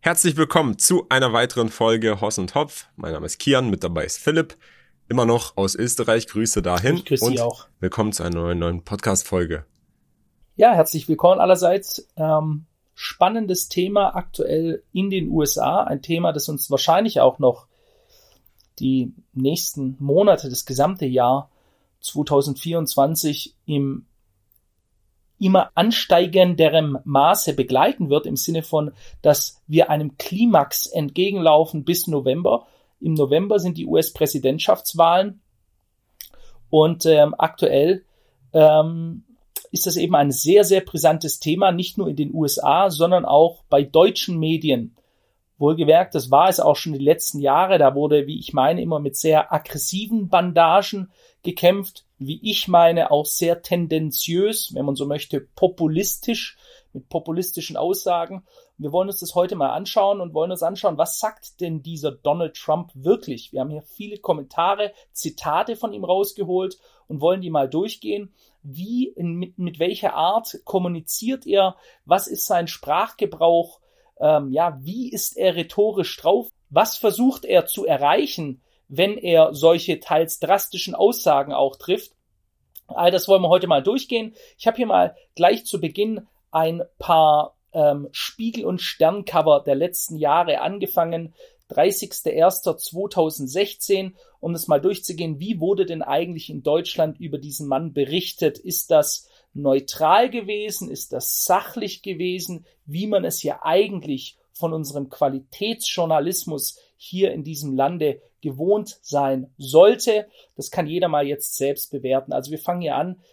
Herzlich willkommen zu einer weiteren Folge Hoss und Hopf. Mein Name ist Kian, mit dabei ist Philipp, immer noch aus Österreich. Grüße dahin. Ich grüße Sie auch. Willkommen zu einer neuen Podcast-Folge. Ja, herzlich willkommen allerseits. Spannendes Thema aktuell in den USA. Ein Thema, das uns wahrscheinlich auch noch die nächsten Monate, das gesamte Jahr 2024 im immer ansteigenderem Maße begleiten wird, im Sinne von, dass wir einem Klimax entgegenlaufen bis November. Im November sind die US-Präsidentschaftswahlen und aktuell ist das eben ein sehr, sehr brisantes Thema, nicht nur in den USA, sondern auch bei deutschen Medien. Wohlgemerkt, das war es auch schon die letzten Jahre, da wurde, wie ich meine, immer mit sehr aggressiven Bandagen gekämpft, wie ich meine, auch sehr tendenziös, wenn man so möchte, populistisch, mit populistischen Aussagen. Wir wollen uns das heute mal anschauen und wollen uns anschauen, was sagt denn dieser Donald Trump wirklich? Wir haben hier viele Kommentare, Zitate von ihm rausgeholt und wollen die mal durchgehen. Mit welcher Art kommuniziert er? Was ist sein Sprachgebrauch? Wie ist er rhetorisch drauf? Was versucht er zu erreichen, wenn er solche teils drastischen Aussagen auch trifft? All das wollen wir heute mal durchgehen. Ich habe hier mal gleich zu Beginn ein paar Spiegel- und Sterncover der letzten Jahre angefangen. 30.01.2016, um das mal durchzugehen. Wie wurde denn eigentlich in Deutschland über diesen Mann berichtet? Ist das neutral gewesen? Ist das sachlich gewesen? Wie man es ja eigentlich von unserem Qualitätsjournalismus hier in diesem Lande gewohnt sein sollte. Das kann jeder mal jetzt selbst bewerten. Also wir fangen hier an.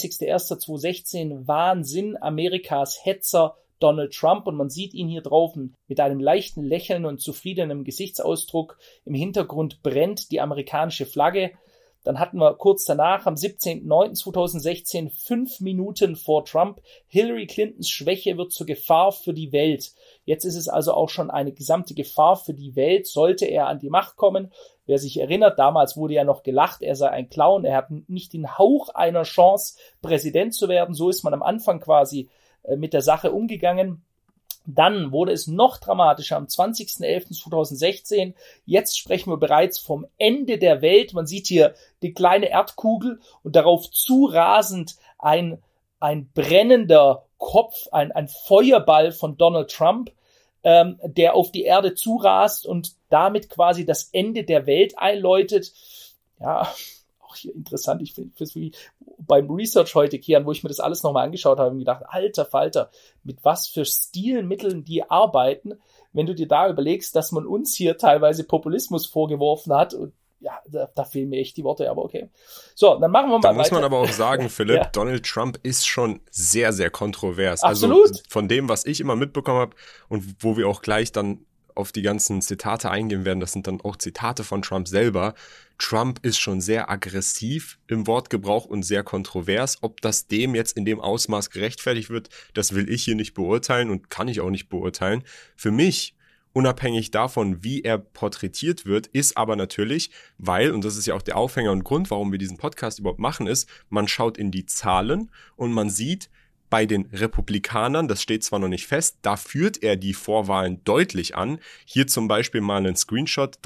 30.01.2016, Wahnsinn, Amerikas Hetzer Donald Trump, und man sieht ihn hier drauf mit einem leichten Lächeln und zufriedenem Gesichtsausdruck. Im Hintergrund brennt die amerikanische Flagge. Dann hatten wir kurz danach, am 17.09.2016, 5 Minuten vor Trump, Hillary Clintons Schwäche wird zur Gefahr für die Welt. Jetzt ist es also auch schon eine gesamte Gefahr für die Welt, sollte er an die Macht kommen. Wer sich erinnert, damals wurde ja noch gelacht, er sei ein Clown, er hat nicht den Hauch einer Chance, Präsident zu werden. So ist man am Anfang quasi mit der Sache umgegangen. Dann wurde es noch dramatischer am 20.11.2016. Jetzt sprechen wir bereits vom Ende der Welt. Man sieht hier die kleine Erdkugel und darauf zurasend ein brennender Kopf, ein Feuerball von Donald Trump, der auf die Erde zurast und damit quasi das Ende der Welt einläutet. Ja, auch hier interessant. Ich finde es wie beim Research heute, Kian, wo ich mir das alles nochmal angeschaut habe und gedacht, alter Falter, mit was für Stilmitteln die arbeiten, wenn du dir da überlegst, dass man uns hier teilweise Populismus vorgeworfen hat. Und ja, da fehlen mir echt die Worte, aber okay. So, dann machen wir mal weiter. Da muss man aber auch sagen, Philipp, ja. Donald Trump ist schon sehr, sehr kontrovers. Absolut. Also von dem, was ich immer mitbekommen habe und wo wir auch gleich dann auf die ganzen Zitate eingehen werden, das sind dann auch Zitate von Trump selber. Trump ist schon sehr aggressiv im Wortgebrauch und sehr kontrovers. Ob das dem jetzt in dem Ausmaß gerechtfertigt wird, das will ich hier nicht beurteilen und kann ich auch nicht beurteilen. Für mich, unabhängig davon, wie er porträtiert wird, ist aber natürlich, weil, und das ist ja auch der Aufhänger und Grund, warum wir diesen Podcast überhaupt machen, ist, man schaut in die Zahlen und man sieht, bei den Republikanern, das steht zwar noch nicht fest, da führt er die Vorwahlen deutlich an. Hier zum Beispiel mal ein Screenshot,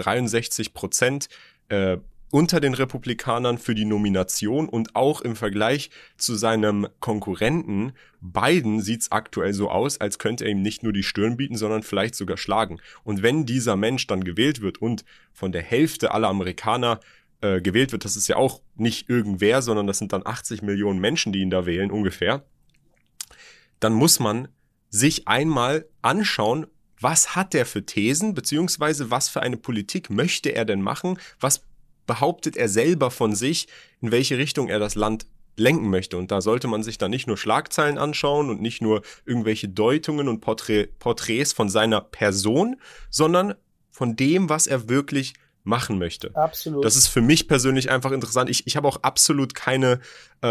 63% unter den Republikanern für die Nomination, und auch im Vergleich zu seinem Konkurrenten Biden sieht es aktuell so aus, als könnte er ihm nicht nur die Stirn bieten, sondern vielleicht sogar schlagen. Und wenn dieser Mensch dann gewählt wird und von der Hälfte aller Amerikaner gewählt wird, das ist ja auch nicht irgendwer, sondern das sind dann 80 Millionen Menschen, die ihn da wählen ungefähr, dann muss man sich einmal anschauen, was hat der für Thesen, beziehungsweise was für eine Politik möchte er denn machen, was behauptet er selber von sich, in welche Richtung er das Land lenken möchte. Und da sollte man sich dann nicht nur Schlagzeilen anschauen und nicht nur irgendwelche Deutungen und Porträts von seiner Person, sondern von dem, was er wirklich machen möchte. Absolut. Das ist für mich persönlich einfach interessant. Ich habe auch absolut keine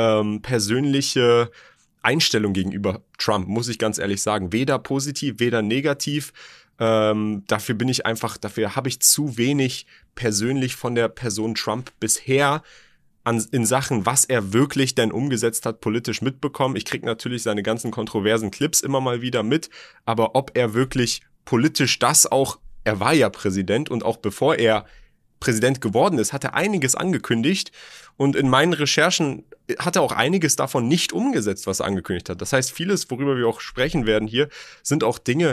persönliche Einstellung gegenüber Trump, muss ich ganz ehrlich sagen. Weder positiv, weder negativ. Dafür habe ich zu wenig persönlich von der Person Trump bisher in Sachen, was er wirklich denn umgesetzt hat, politisch mitbekommen. Ich kriege natürlich seine ganzen kontroversen Clips immer mal wieder mit, aber ob er wirklich politisch das auch, er war ja Präsident und auch bevor er Präsident geworden ist, hat er einiges angekündigt und in meinen Recherchen hat er auch einiges davon nicht umgesetzt, was er angekündigt hat. Das heißt, vieles, worüber wir auch sprechen werden hier, sind auch Dinge,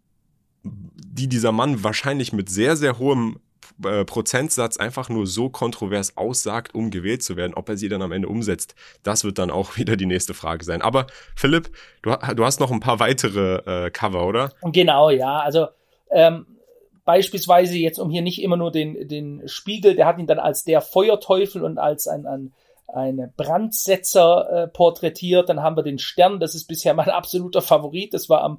die dieser Mann wahrscheinlich mit sehr, sehr hohem Prozentsatz einfach nur so kontrovers aussagt, um gewählt zu werden. Ob er sie dann am Ende umsetzt, das wird dann auch wieder die nächste Frage sein. Aber Philipp, du hast noch ein paar weitere Cover, oder? Genau, ja. Also beispielsweise jetzt, um hier nicht immer nur den Spiegel, der hat ihn dann als der Feuerteufel und als ein Brandsetzer porträtiert. Dann haben wir den Stern, das ist bisher mein absoluter Favorit. Das war am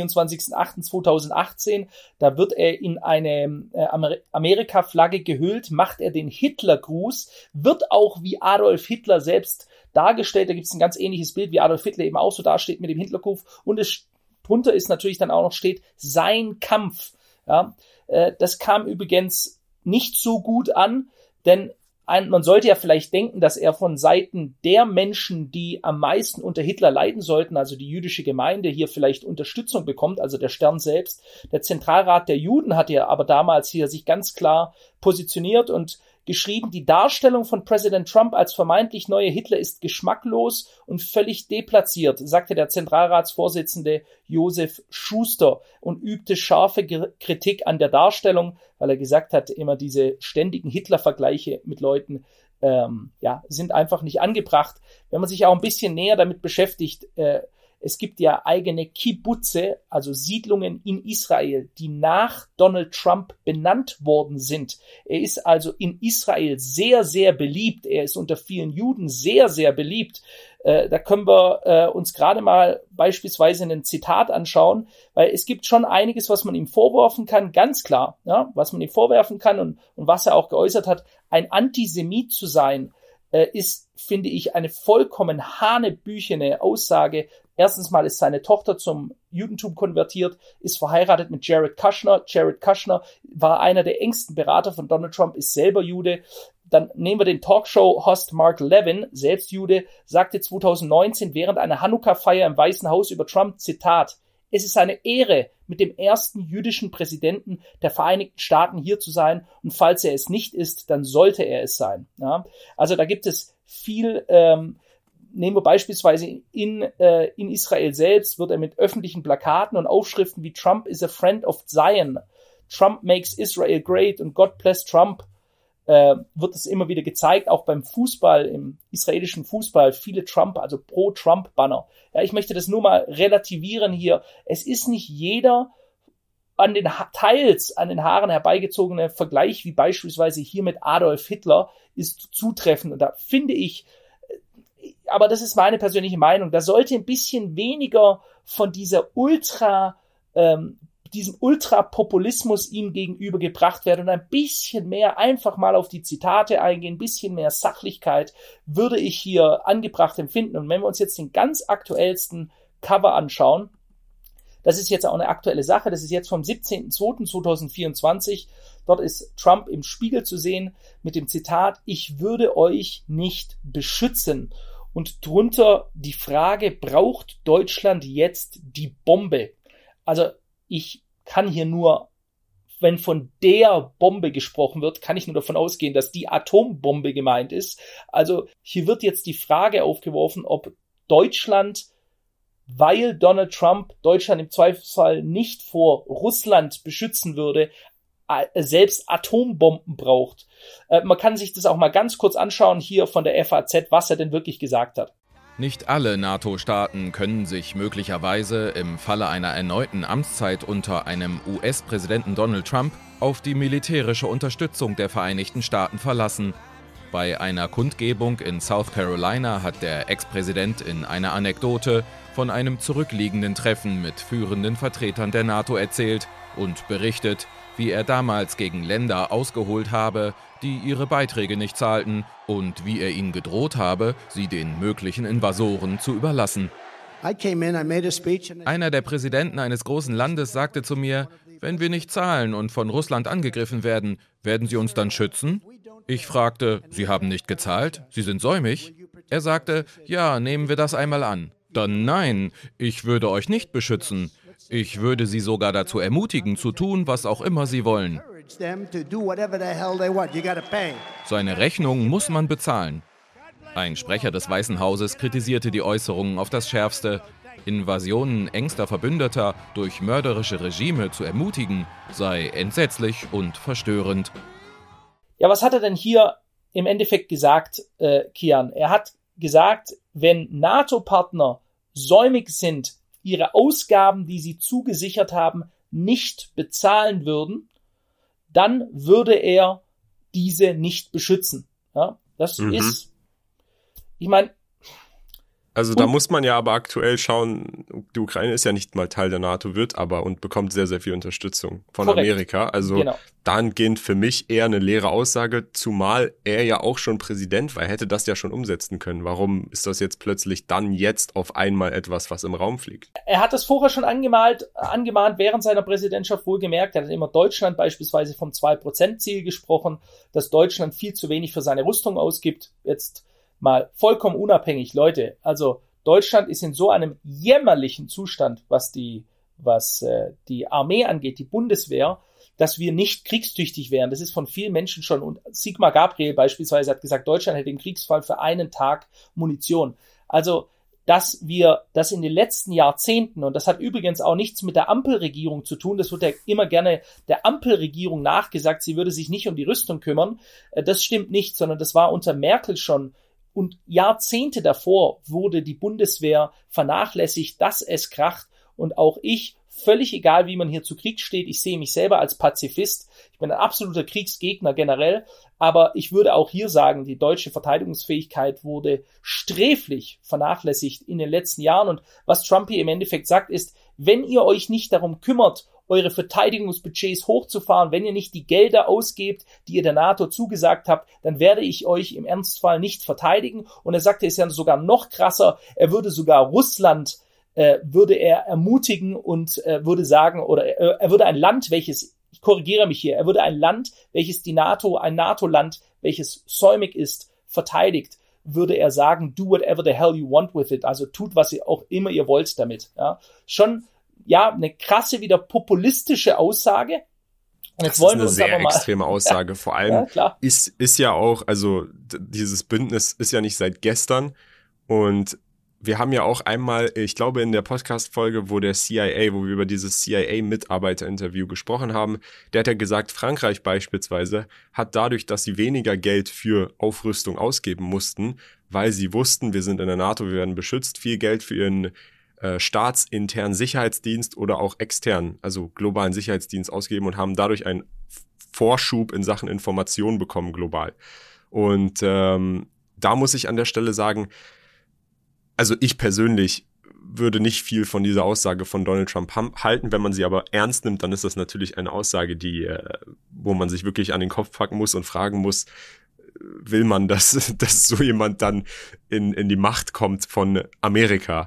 24.08.2018. Da wird er in eine Amerika-Flagge gehüllt, macht er den Hitlergruß, wird auch wie Adolf Hitler selbst dargestellt. Da gibt es ein ganz ähnliches Bild, wie Adolf Hitler eben auch so dasteht mit dem Hitlergruß. Und drunter ist natürlich dann auch noch steht, sein Kampf. Ja, das kam übrigens nicht so gut an, denn man sollte ja vielleicht denken, dass er von Seiten der Menschen, die am meisten unter Hitler leiden sollten, also die jüdische Gemeinde, hier vielleicht Unterstützung bekommt, also der Stern selbst. Der Zentralrat der Juden hat ja aber damals hier sich ganz klar positioniert und geschrieben, die Darstellung von Präsident Trump als vermeintlich neuer Hitler ist geschmacklos und völlig deplatziert, sagte der Zentralratsvorsitzende Josef Schuster und übte scharfe Kritik an der Darstellung, weil er gesagt hat, immer diese ständigen Hitler-Vergleiche mit Leuten sind einfach nicht angebracht. Wenn man sich auch ein bisschen näher damit beschäftigt, es gibt ja eigene Kibbutze, also Siedlungen in Israel, die nach Donald Trump benannt worden sind. Er ist also in Israel sehr, sehr beliebt. Er ist unter vielen Juden sehr, sehr beliebt. Da können wir uns gerade mal beispielsweise ein Zitat anschauen, weil es gibt schon einiges, was man ihm vorwerfen kann, ganz klar, ja, was man ihm vorwerfen kann und was er auch geäußert hat. Ein Antisemit zu sein, ist, finde ich, eine vollkommen hanebüchene Aussage. Erstens mal ist seine Tochter zum Judentum konvertiert, ist verheiratet mit Jared Kushner. Jared Kushner war einer der engsten Berater von Donald Trump, ist selber Jude. Dann nehmen wir den Talkshow-Host Mark Levin, selbst Jude, sagte 2019 während einer Hanukkah-Feier im Weißen Haus über Trump, Zitat, es ist eine Ehre, mit dem ersten jüdischen Präsidenten der Vereinigten Staaten hier zu sein. Und falls er es nicht ist, dann sollte er es sein. Ja? Also da gibt es viel. Nehmen wir beispielsweise in Israel selbst, wird er mit öffentlichen Plakaten und Aufschriften wie Trump is a friend of Zion, Trump makes Israel great und God bless Trump, wird es immer wieder gezeigt, auch beim Fußball, im israelischen Fußball, viele Trump, also Pro-Trump-Banner. Ja, ich möchte das nur mal relativieren hier. Es ist nicht jeder teils an den Haaren herbeigezogene Vergleich, wie beispielsweise hier mit Adolf Hitler, ist zutreffend. Und da finde ich, aber das ist meine persönliche Meinung, da sollte ein bisschen weniger von diesem Ultrapopulismus ihm gegenüber gebracht werden und ein bisschen mehr einfach mal auf die Zitate eingehen, ein bisschen mehr Sachlichkeit würde ich hier angebracht empfinden. Und wenn wir uns jetzt den ganz aktuellsten Cover anschauen, das ist jetzt auch eine aktuelle Sache, das ist jetzt vom 17.02.2024, dort ist Trump im Spiegel zu sehen mit dem Zitat, ich würde euch nicht beschützen. Und drunter die Frage, braucht Deutschland jetzt die Bombe? Also ich kann hier nur, wenn von der Bombe gesprochen wird, kann ich nur davon ausgehen, dass die Atombombe gemeint ist. Also hier wird jetzt die Frage aufgeworfen, ob Deutschland, weil Donald Trump Deutschland im Zweifelsfall nicht vor Russland beschützen würde, selbst Atombomben braucht. Man kann sich das auch mal ganz kurz anschauen hier von der FAZ, was er denn wirklich gesagt hat. Nicht alle NATO-Staaten können sich möglicherweise im Falle einer erneuten Amtszeit unter einem US-Präsidenten Donald Trump auf die militärische Unterstützung der Vereinigten Staaten verlassen. Bei einer Kundgebung in South Carolina hat der Ex-Präsident in einer Anekdote von einem zurückliegenden Treffen mit führenden Vertretern der NATO erzählt und berichtet, wie er damals gegen Länder ausgeholt habe, die ihre Beiträge nicht zahlten und wie er ihnen gedroht habe, sie den möglichen Invasoren zu überlassen. Einer der Präsidenten eines großen Landes sagte zu mir, wenn wir nicht zahlen und von Russland angegriffen werden, werden sie uns dann schützen? Ich fragte, Sie haben nicht gezahlt? Sie sind säumig? Er sagte, ja, nehmen wir das einmal an. Dann nein, ich würde euch nicht beschützen. Ich würde sie sogar dazu ermutigen, zu tun, was auch immer sie wollen. Seine Rechnung muss man bezahlen. Ein Sprecher des Weißen Hauses kritisierte die Äußerungen auf das Schärfste. Invasionen engster Verbündeter durch mörderische Regime zu ermutigen, sei entsetzlich und verstörend. Ja, was hat er denn hier im Endeffekt gesagt, Kian? Er hat gesagt, wenn NATO-Partner säumig sind, ihre Ausgaben, die sie zugesichert haben, nicht bezahlen würden, dann würde er diese nicht beschützen. Ja, das ist, ich meine, also da muss man ja aber aktuell schauen, die Ukraine ist ja nicht mal Teil der NATO, wird aber und bekommt sehr, sehr viel Unterstützung von Amerika. Also dahingehend für mich eher eine leere Aussage, zumal er ja auch schon Präsident war, er hätte das ja schon umsetzen können. Warum ist das jetzt plötzlich dann jetzt auf einmal etwas, was im Raum fliegt? Er hat das vorher schon angemahnt während seiner Präsidentschaft, wohlgemerkt. Er hat immer Deutschland beispielsweise vom 2%-Ziel gesprochen, dass Deutschland viel zu wenig für seine Rüstung ausgibt. Jetzt mal vollkommen unabhängig, Leute. Also Deutschland ist in so einem jämmerlichen Zustand, was die Armee angeht, die Bundeswehr, dass wir nicht kriegstüchtig wären. Das ist von vielen Menschen schon. Und Sigmar Gabriel beispielsweise hat gesagt, Deutschland hätte im Kriegsfall für einen Tag Munition. Also, dass wir das in den letzten Jahrzehnten, und das hat übrigens auch nichts mit der Ampelregierung zu tun, das wird ja immer gerne der Ampelregierung nachgesagt, sie würde sich nicht um die Rüstung kümmern. Das stimmt nicht, sondern das war unter Merkel schon. Und Jahrzehnte davor wurde die Bundeswehr vernachlässigt, dass es kracht. Und auch ich, völlig egal, wie man hier zu Krieg steht, ich sehe mich selber als Pazifist. Ich bin ein absoluter Kriegsgegner generell. Aber ich würde auch hier sagen, die deutsche Verteidigungsfähigkeit wurde sträflich vernachlässigt in den letzten Jahren. Und was Trump hier im Endeffekt sagt, ist, wenn ihr euch nicht darum kümmert, eure Verteidigungsbudgets hochzufahren, wenn ihr nicht die Gelder ausgebt, die ihr der NATO zugesagt habt, dann werde ich euch im Ernstfall nicht verteidigen. Und er sagte, es ist ja sogar noch krasser, er würde sogar Russland würde er ermutigen und würde sagen, oder er würde ein Land, welches, ich korrigiere mich hier, er würde ein Land, welches die NATO, ein NATO-Land, welches säumig ist, verteidigt, würde er sagen, do whatever the hell you want with it, also tut, was ihr auch immer ihr wollt damit. Ja, schon eine krasse, wieder populistische Aussage. Und jetzt das ist eine sehr extreme Aussage. Ja, vor allem ist ja auch, also dieses Bündnis ist ja nicht seit gestern. Und wir haben ja auch einmal, ich glaube in der Podcast-Folge, wo wir über dieses CIA-Mitarbeiter-Interview gesprochen haben, der hat ja gesagt, Frankreich beispielsweise hat dadurch, dass sie weniger Geld für Aufrüstung ausgeben mussten, weil sie wussten, wir sind in der NATO, wir werden beschützt, viel Geld für ihren staatsinternen Sicherheitsdienst oder auch externen, also globalen Sicherheitsdienst ausgeben und haben dadurch einen Vorschub in Sachen Information bekommen global. Und da muss ich an der Stelle sagen, also ich persönlich würde nicht viel von dieser Aussage von Donald Trump halten. Wenn man sie aber ernst nimmt, dann ist das natürlich eine Aussage, wo man sich wirklich an den Kopf packen muss und fragen muss, will man, dass so jemand dann in die Macht kommt von Amerika?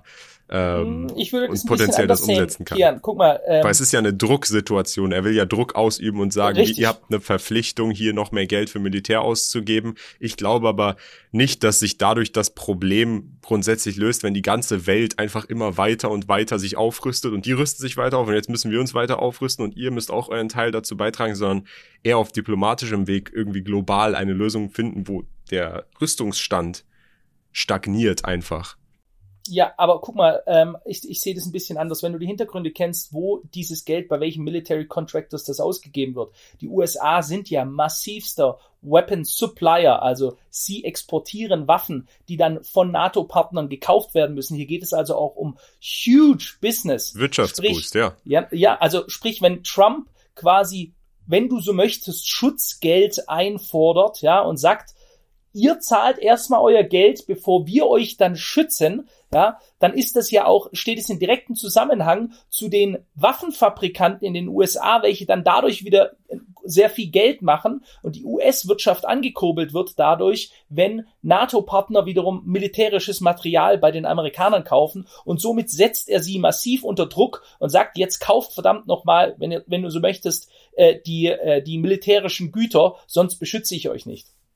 Ich würde und potenziell das umsetzen kann. Kian, guck mal, weil es ist ja eine Drucksituation. Er will ja Druck ausüben und sagen, ihr habt eine Verpflichtung, hier noch mehr Geld für Militär auszugeben. Ich glaube aber nicht, dass sich dadurch das Problem grundsätzlich löst, wenn die ganze Welt einfach immer weiter und weiter sich aufrüstet und die rüsten sich weiter auf und jetzt müssen wir uns weiter aufrüsten und ihr müsst auch euren Teil dazu beitragen, sondern eher auf diplomatischem Weg irgendwie global eine Lösung finden, wo der Rüstungsstand stagniert einfach. Ja, aber guck mal, ich sehe das ein bisschen anders. Wenn du die Hintergründe kennst, wo dieses Geld, bei welchen Military Contractors das ausgegeben wird. Die USA sind ja massivster Weapon Supplier, also sie exportieren Waffen, die dann von NATO-Partnern gekauft werden müssen. Hier geht es also auch um huge Business. Wirtschaftsboost, Ja, also sprich, wenn Trump quasi, wenn du so möchtest, Schutzgeld einfordert, ja, und sagt, ihr zahlt erstmal euer Geld, bevor wir euch dann schützen, ja, dann ist das ja auch, steht es in direktem Zusammenhang zu den Waffenfabrikanten in den USA, welche dann dadurch wieder sehr viel Geld machen und die US-Wirtschaft angekurbelt wird dadurch, wenn NATO-Partner wiederum militärisches Material bei den Amerikanern kaufen und somit setzt er sie massiv unter Druck und sagt, jetzt kauft verdammt nochmal, wenn du so möchtest, die militärischen Güter, sonst beschütze ich euch nicht.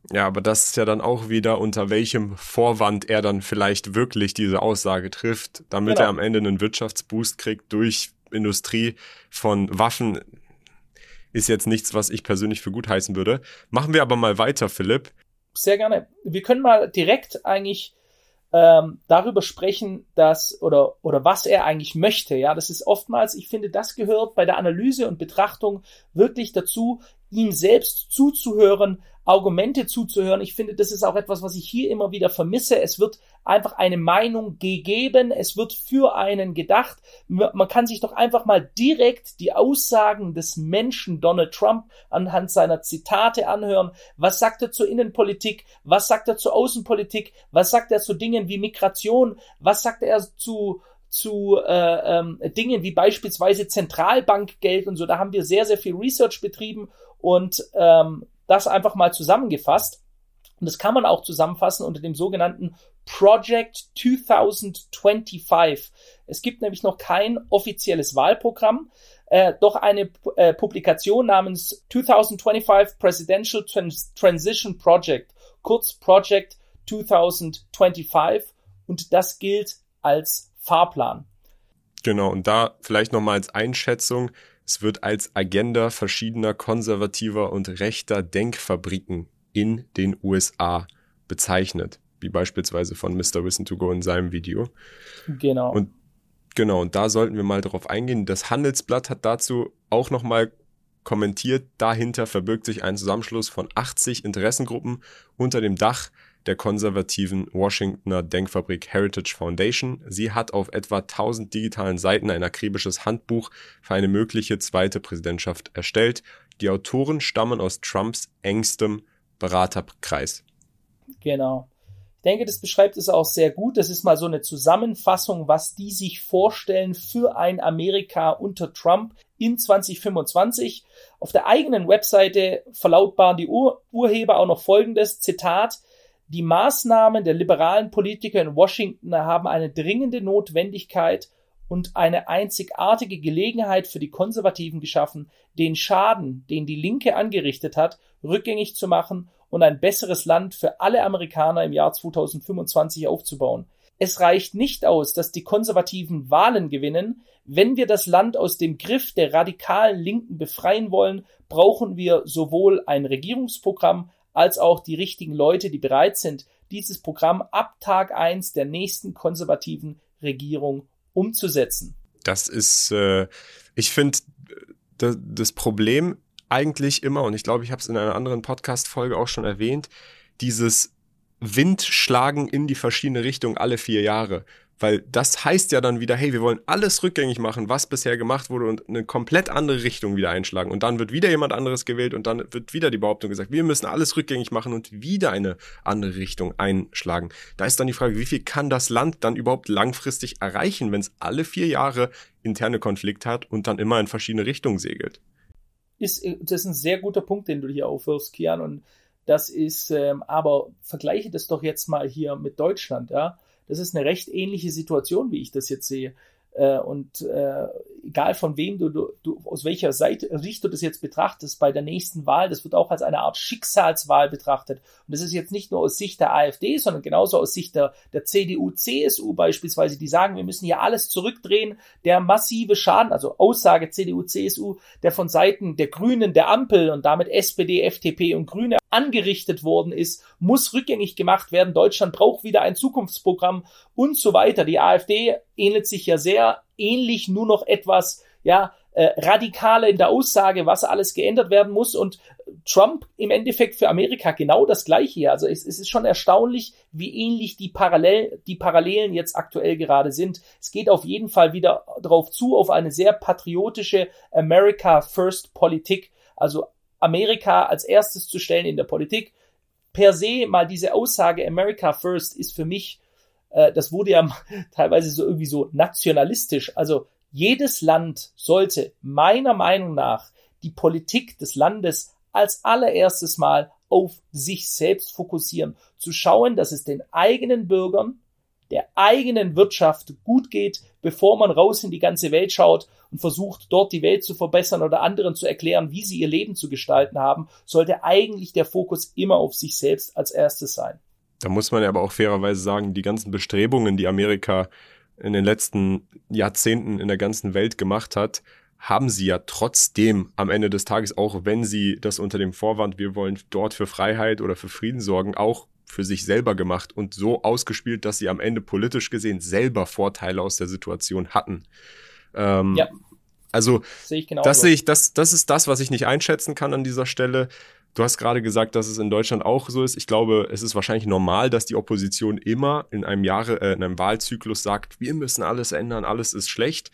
Ja, aber das ist ja dann auch wieder, unter welchem Vorwand er dann vielleicht wirklich diese Aussage trifft, damit er am Ende einen Wirtschaftsboost kriegt durch Industrie von Waffen, ist jetzt nichts, was ich persönlich für gut heißen würde. Machen wir aber mal weiter, Philipp. Sehr gerne. Wir können mal direkt eigentlich darüber sprechen, dass oder was er eigentlich möchte. Ja, das ist oftmals, ich finde, das gehört bei der Analyse und Betrachtung wirklich dazu, ihm selbst zuzuhören, Argumente zuzuhören. Ich finde, das ist auch etwas, was ich hier immer wieder vermisse. Es wird einfach eine Meinung gegeben, es wird für einen gedacht. Man kann sich doch einfach mal direkt die Aussagen des Menschen Donald Trump anhand seiner Zitate anhören. Was sagt er zur Innenpolitik? Was sagt er zur Außenpolitik? Was sagt er zu Dingen wie Migration? Was sagt er zu Dingen wie beispielsweise Zentralbankgeld und so? Da haben wir sehr, sehr viel Research betrieben und das einfach mal zusammengefasst. Und das kann man auch zusammenfassen unter dem sogenannten Project 2025. Es gibt nämlich noch kein offizielles Wahlprogramm, doch eine Publikation namens 2025 Presidential Transition Project, kurz Project 2025, und das gilt als Fahrplan. Genau, und da vielleicht nochmal als Einschätzung: Es wird als Agenda verschiedener konservativer und rechter Denkfabriken in den USA bezeichnet, wie beispielsweise von Mr. Listen to Go in seinem Video. Genau. Und da sollten wir mal drauf eingehen. Das Handelsblatt hat dazu auch nochmal kommentiert: Dahinter verbirgt sich ein Zusammenschluss von 80 Interessengruppen unter dem Dach der konservativen Washingtoner Denkfabrik Heritage Foundation. Sie hat auf etwa 1000 digitalen Seiten ein akribisches Handbuch für eine mögliche zweite Präsidentschaft erstellt. Die Autoren stammen aus Trumps engstem Beraterkreis. Genau. Ich denke, das beschreibt es auch sehr gut. Das ist mal so eine Zusammenfassung, was die sich vorstellen für ein Amerika unter Trump in 2025. Auf der eigenen Webseite verlautbaren die Urheber auch noch Folgendes, Zitat: Die Maßnahmen der liberalen Politiker in Washington haben eine dringende Notwendigkeit und eine einzigartige Gelegenheit für die Konservativen geschaffen, den Schaden, den die Linke angerichtet hat, rückgängig zu machen und ein besseres Land für alle Amerikaner im Jahr 2025 aufzubauen. Es reicht nicht aus, dass die Konservativen Wahlen gewinnen. Wenn wir das Land aus dem Griff der radikalen Linken befreien wollen, brauchen wir sowohl ein Regierungsprogramm als auch die richtigen Leute, die bereit sind, dieses Programm ab Tag 1 der nächsten konservativen Regierung umzusetzen. Das ist, ich finde, das Problem eigentlich immer, und ich glaube, ich habe es in einer anderen Podcast-Folge auch schon erwähnt, dieses Windschlagen in die verschiedene Richtung alle 4 Jahre. Weil das heißt ja dann wieder, hey, wir wollen alles rückgängig machen, was bisher gemacht wurde, und eine komplett andere Richtung wieder einschlagen. Und dann wird wieder jemand anderes gewählt und dann wird wieder die Behauptung gesagt, wir müssen alles rückgängig machen und wieder eine andere Richtung einschlagen. Da ist dann die Frage, wie viel kann das Land dann überhaupt langfristig erreichen, wenn es alle 4 Jahre interne Konflikte hat und dann immer in verschiedene Richtungen segelt? Das ist ein sehr guter Punkt, den du hier aufwirfst, Kian. Und das ist, aber vergleiche das doch jetzt mal hier mit Deutschland, ja. Das ist eine recht ähnliche Situation, wie ich das jetzt sehe. Und egal von wem du aus welcher Sicht du das jetzt betrachtest, bei der nächsten Wahl, das wird auch als eine Art Schicksalswahl betrachtet. Und das ist jetzt nicht nur aus Sicht der AfD, sondern genauso aus Sicht der CDU, CSU beispielsweise, die sagen, wir müssen hier alles zurückdrehen. Der massive Schaden, also Aussage CDU, CSU, der von Seiten der Grünen, der Ampel und damit SPD, FDP und Grüne angerichtet worden ist, muss rückgängig gemacht werden. Deutschland braucht wieder ein Zukunftsprogramm und so weiter. Die AfD ähnelt sich ja sehr ähnlich, nur noch etwas radikaler in der Aussage, was alles geändert werden muss, und Trump im Endeffekt für Amerika genau das Gleiche. Also es ist schon erstaunlich, wie ähnlich die Parallelen jetzt aktuell gerade sind. Es geht auf jeden Fall wieder drauf zu, auf eine sehr patriotische America First Politik, also Amerika als erstes zu stellen in der Politik. Per se mal diese Aussage America First ist für mich, das wurde ja teilweise so irgendwie so nationalistisch. Also jedes Land sollte meiner Meinung nach die Politik des Landes als allererstes mal auf sich selbst fokussieren, zu schauen, dass es den eigenen Bürgern der eigenen Wirtschaft gut geht, bevor man raus in die ganze Welt schaut und versucht, dort die Welt zu verbessern oder anderen zu erklären, wie sie ihr Leben zu gestalten haben, sollte eigentlich der Fokus immer auf sich selbst als erstes sein. Da muss man ja aber auch fairerweise sagen, die ganzen Bestrebungen, die Amerika in den letzten Jahrzehnten in der ganzen Welt gemacht hat, haben sie ja trotzdem am Ende des Tages, auch wenn sie das unter dem Vorwand, wir wollen dort für Freiheit oder für Frieden sorgen, auch für sich selber gemacht und so ausgespielt, dass sie am Ende politisch gesehen selber Vorteile aus der Situation hatten. Ja. Also sehe ich genauso. das ist das, was ich nicht einschätzen kann an dieser Stelle. Du hast gerade gesagt, dass es in Deutschland auch so ist. Ich glaube, es ist wahrscheinlich normal, dass die Opposition immer in einem Wahlzyklus sagt, wir müssen alles ändern, alles ist schlecht.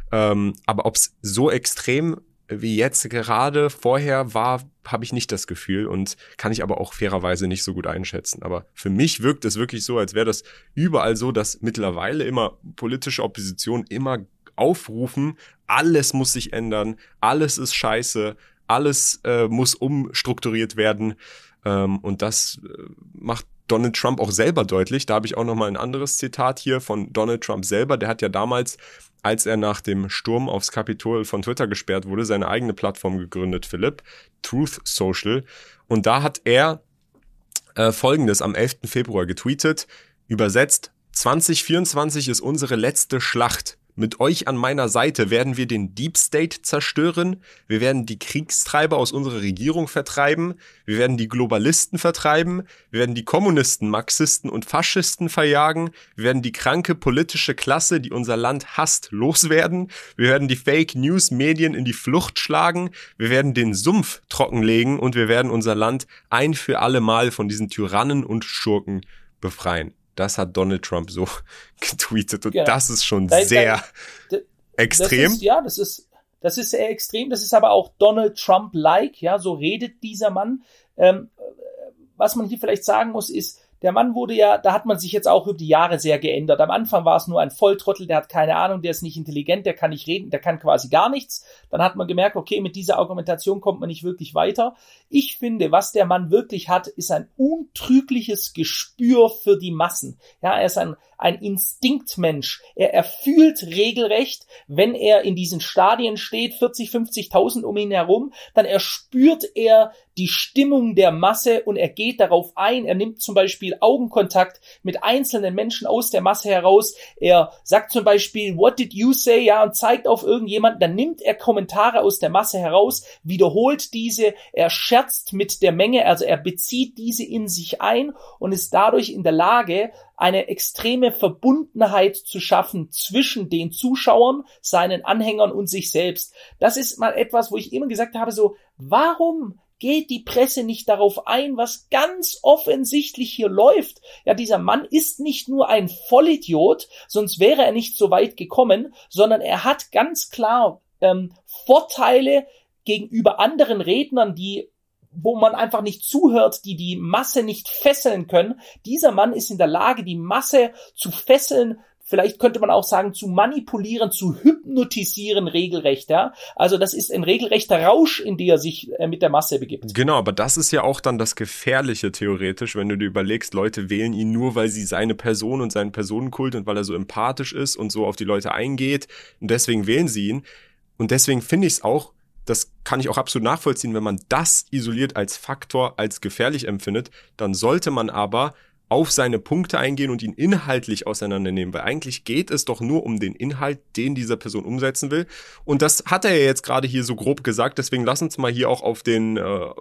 Aber ob es so extrem wie jetzt gerade vorher war, habe ich nicht das Gefühl und kann ich aber auch fairerweise nicht so gut einschätzen. Aber für mich wirkt es wirklich so, als wäre das überall so, dass mittlerweile immer politische Opposition immer aufrufen, alles muss sich ändern, alles ist scheiße, alles muss umstrukturiert werden. Und das macht Donald Trump auch selber deutlich. Da habe ich auch noch mal ein anderes Zitat hier von Donald Trump selber. Der hat ja damals, als er nach dem Sturm aufs Kapitol von Twitter gesperrt wurde, seine eigene Plattform gegründet, Philipp, Truth Social. Und da hat er Folgendes am 11. Februar getweetet, übersetzt: 2024 ist unsere letzte Schlacht. Mit euch an meiner Seite werden wir den Deep State zerstören, wir werden die Kriegstreiber aus unserer Regierung vertreiben, wir werden die Globalisten vertreiben, wir werden die Kommunisten, Marxisten und Faschisten verjagen, wir werden die kranke politische Klasse, die unser Land hasst, loswerden, wir werden die Fake-News-Medien in die Flucht schlagen, wir werden den Sumpf trockenlegen und wir werden unser Land ein für alle Mal von diesen Tyrannen und Schurken befreien. Das hat Donald Trump so getweetet und das ist schon sehr extrem. Das ist sehr extrem. Das ist aber auch Donald Trump-like. Ja, so redet dieser Mann. Was man hier vielleicht sagen muss, ist, der Mann wurde ja, da hat man sich jetzt auch über die Jahre sehr geändert. Am Anfang war es nur ein Volltrottel, der hat keine Ahnung, der ist nicht intelligent, der kann nicht reden, der kann quasi gar nichts. Dann hat man gemerkt, okay, mit dieser Argumentation kommt man nicht wirklich weiter. Ich finde, was der Mann wirklich hat, ist ein untrügliches Gespür für die Massen. Ja, er ist ein Instinktmensch. Er fühlt regelrecht, wenn er in diesen Stadien steht, 40, 50.000 um ihn herum, dann erspürt er die Stimmung der Masse und er geht darauf ein. Er nimmt zum Beispiel Augenkontakt mit einzelnen Menschen aus der Masse heraus. Er sagt zum Beispiel, what did you say? Ja, und zeigt auf irgendjemanden. Dann nimmt er Kommentare aus der Masse heraus, wiederholt diese. Er scherzt mit der Menge, also er bezieht diese in sich ein und ist dadurch in der Lage, eine extreme Verbundenheit zu schaffen zwischen den Zuschauern, seinen Anhängern und sich selbst. Das ist mal etwas, wo ich immer gesagt habe, so, warum geht die Presse nicht darauf ein, was ganz offensichtlich hier läuft? Ja, dieser Mann ist nicht nur ein Vollidiot, sonst wäre er nicht so weit gekommen, sondern er hat ganz klar Vorteile gegenüber anderen Rednern, wo man einfach nicht zuhört, die Masse nicht fesseln können. Dieser Mann ist in der Lage, die Masse zu fesseln, vielleicht könnte man auch sagen, zu manipulieren, zu hypnotisieren regelrecht. Ja? Also das ist ein regelrechter Rausch, in den er sich mit der Masse begibt. Genau, aber das ist ja auch dann das Gefährliche theoretisch, wenn du dir überlegst, Leute wählen ihn nur, weil sie seine Person und seinen Personenkult und weil er so empathisch ist und so auf die Leute eingeht und deswegen wählen sie ihn. Und deswegen finde ich es auch, das kann ich auch absolut nachvollziehen, wenn man das isoliert als Faktor, als gefährlich empfindet, dann sollte man aber auf seine Punkte eingehen und ihn inhaltlich auseinandernehmen, weil eigentlich geht es doch nur um den Inhalt, den diese Person umsetzen will. Und das hat er ja jetzt gerade hier so grob gesagt, deswegen lass uns mal hier auch auf den,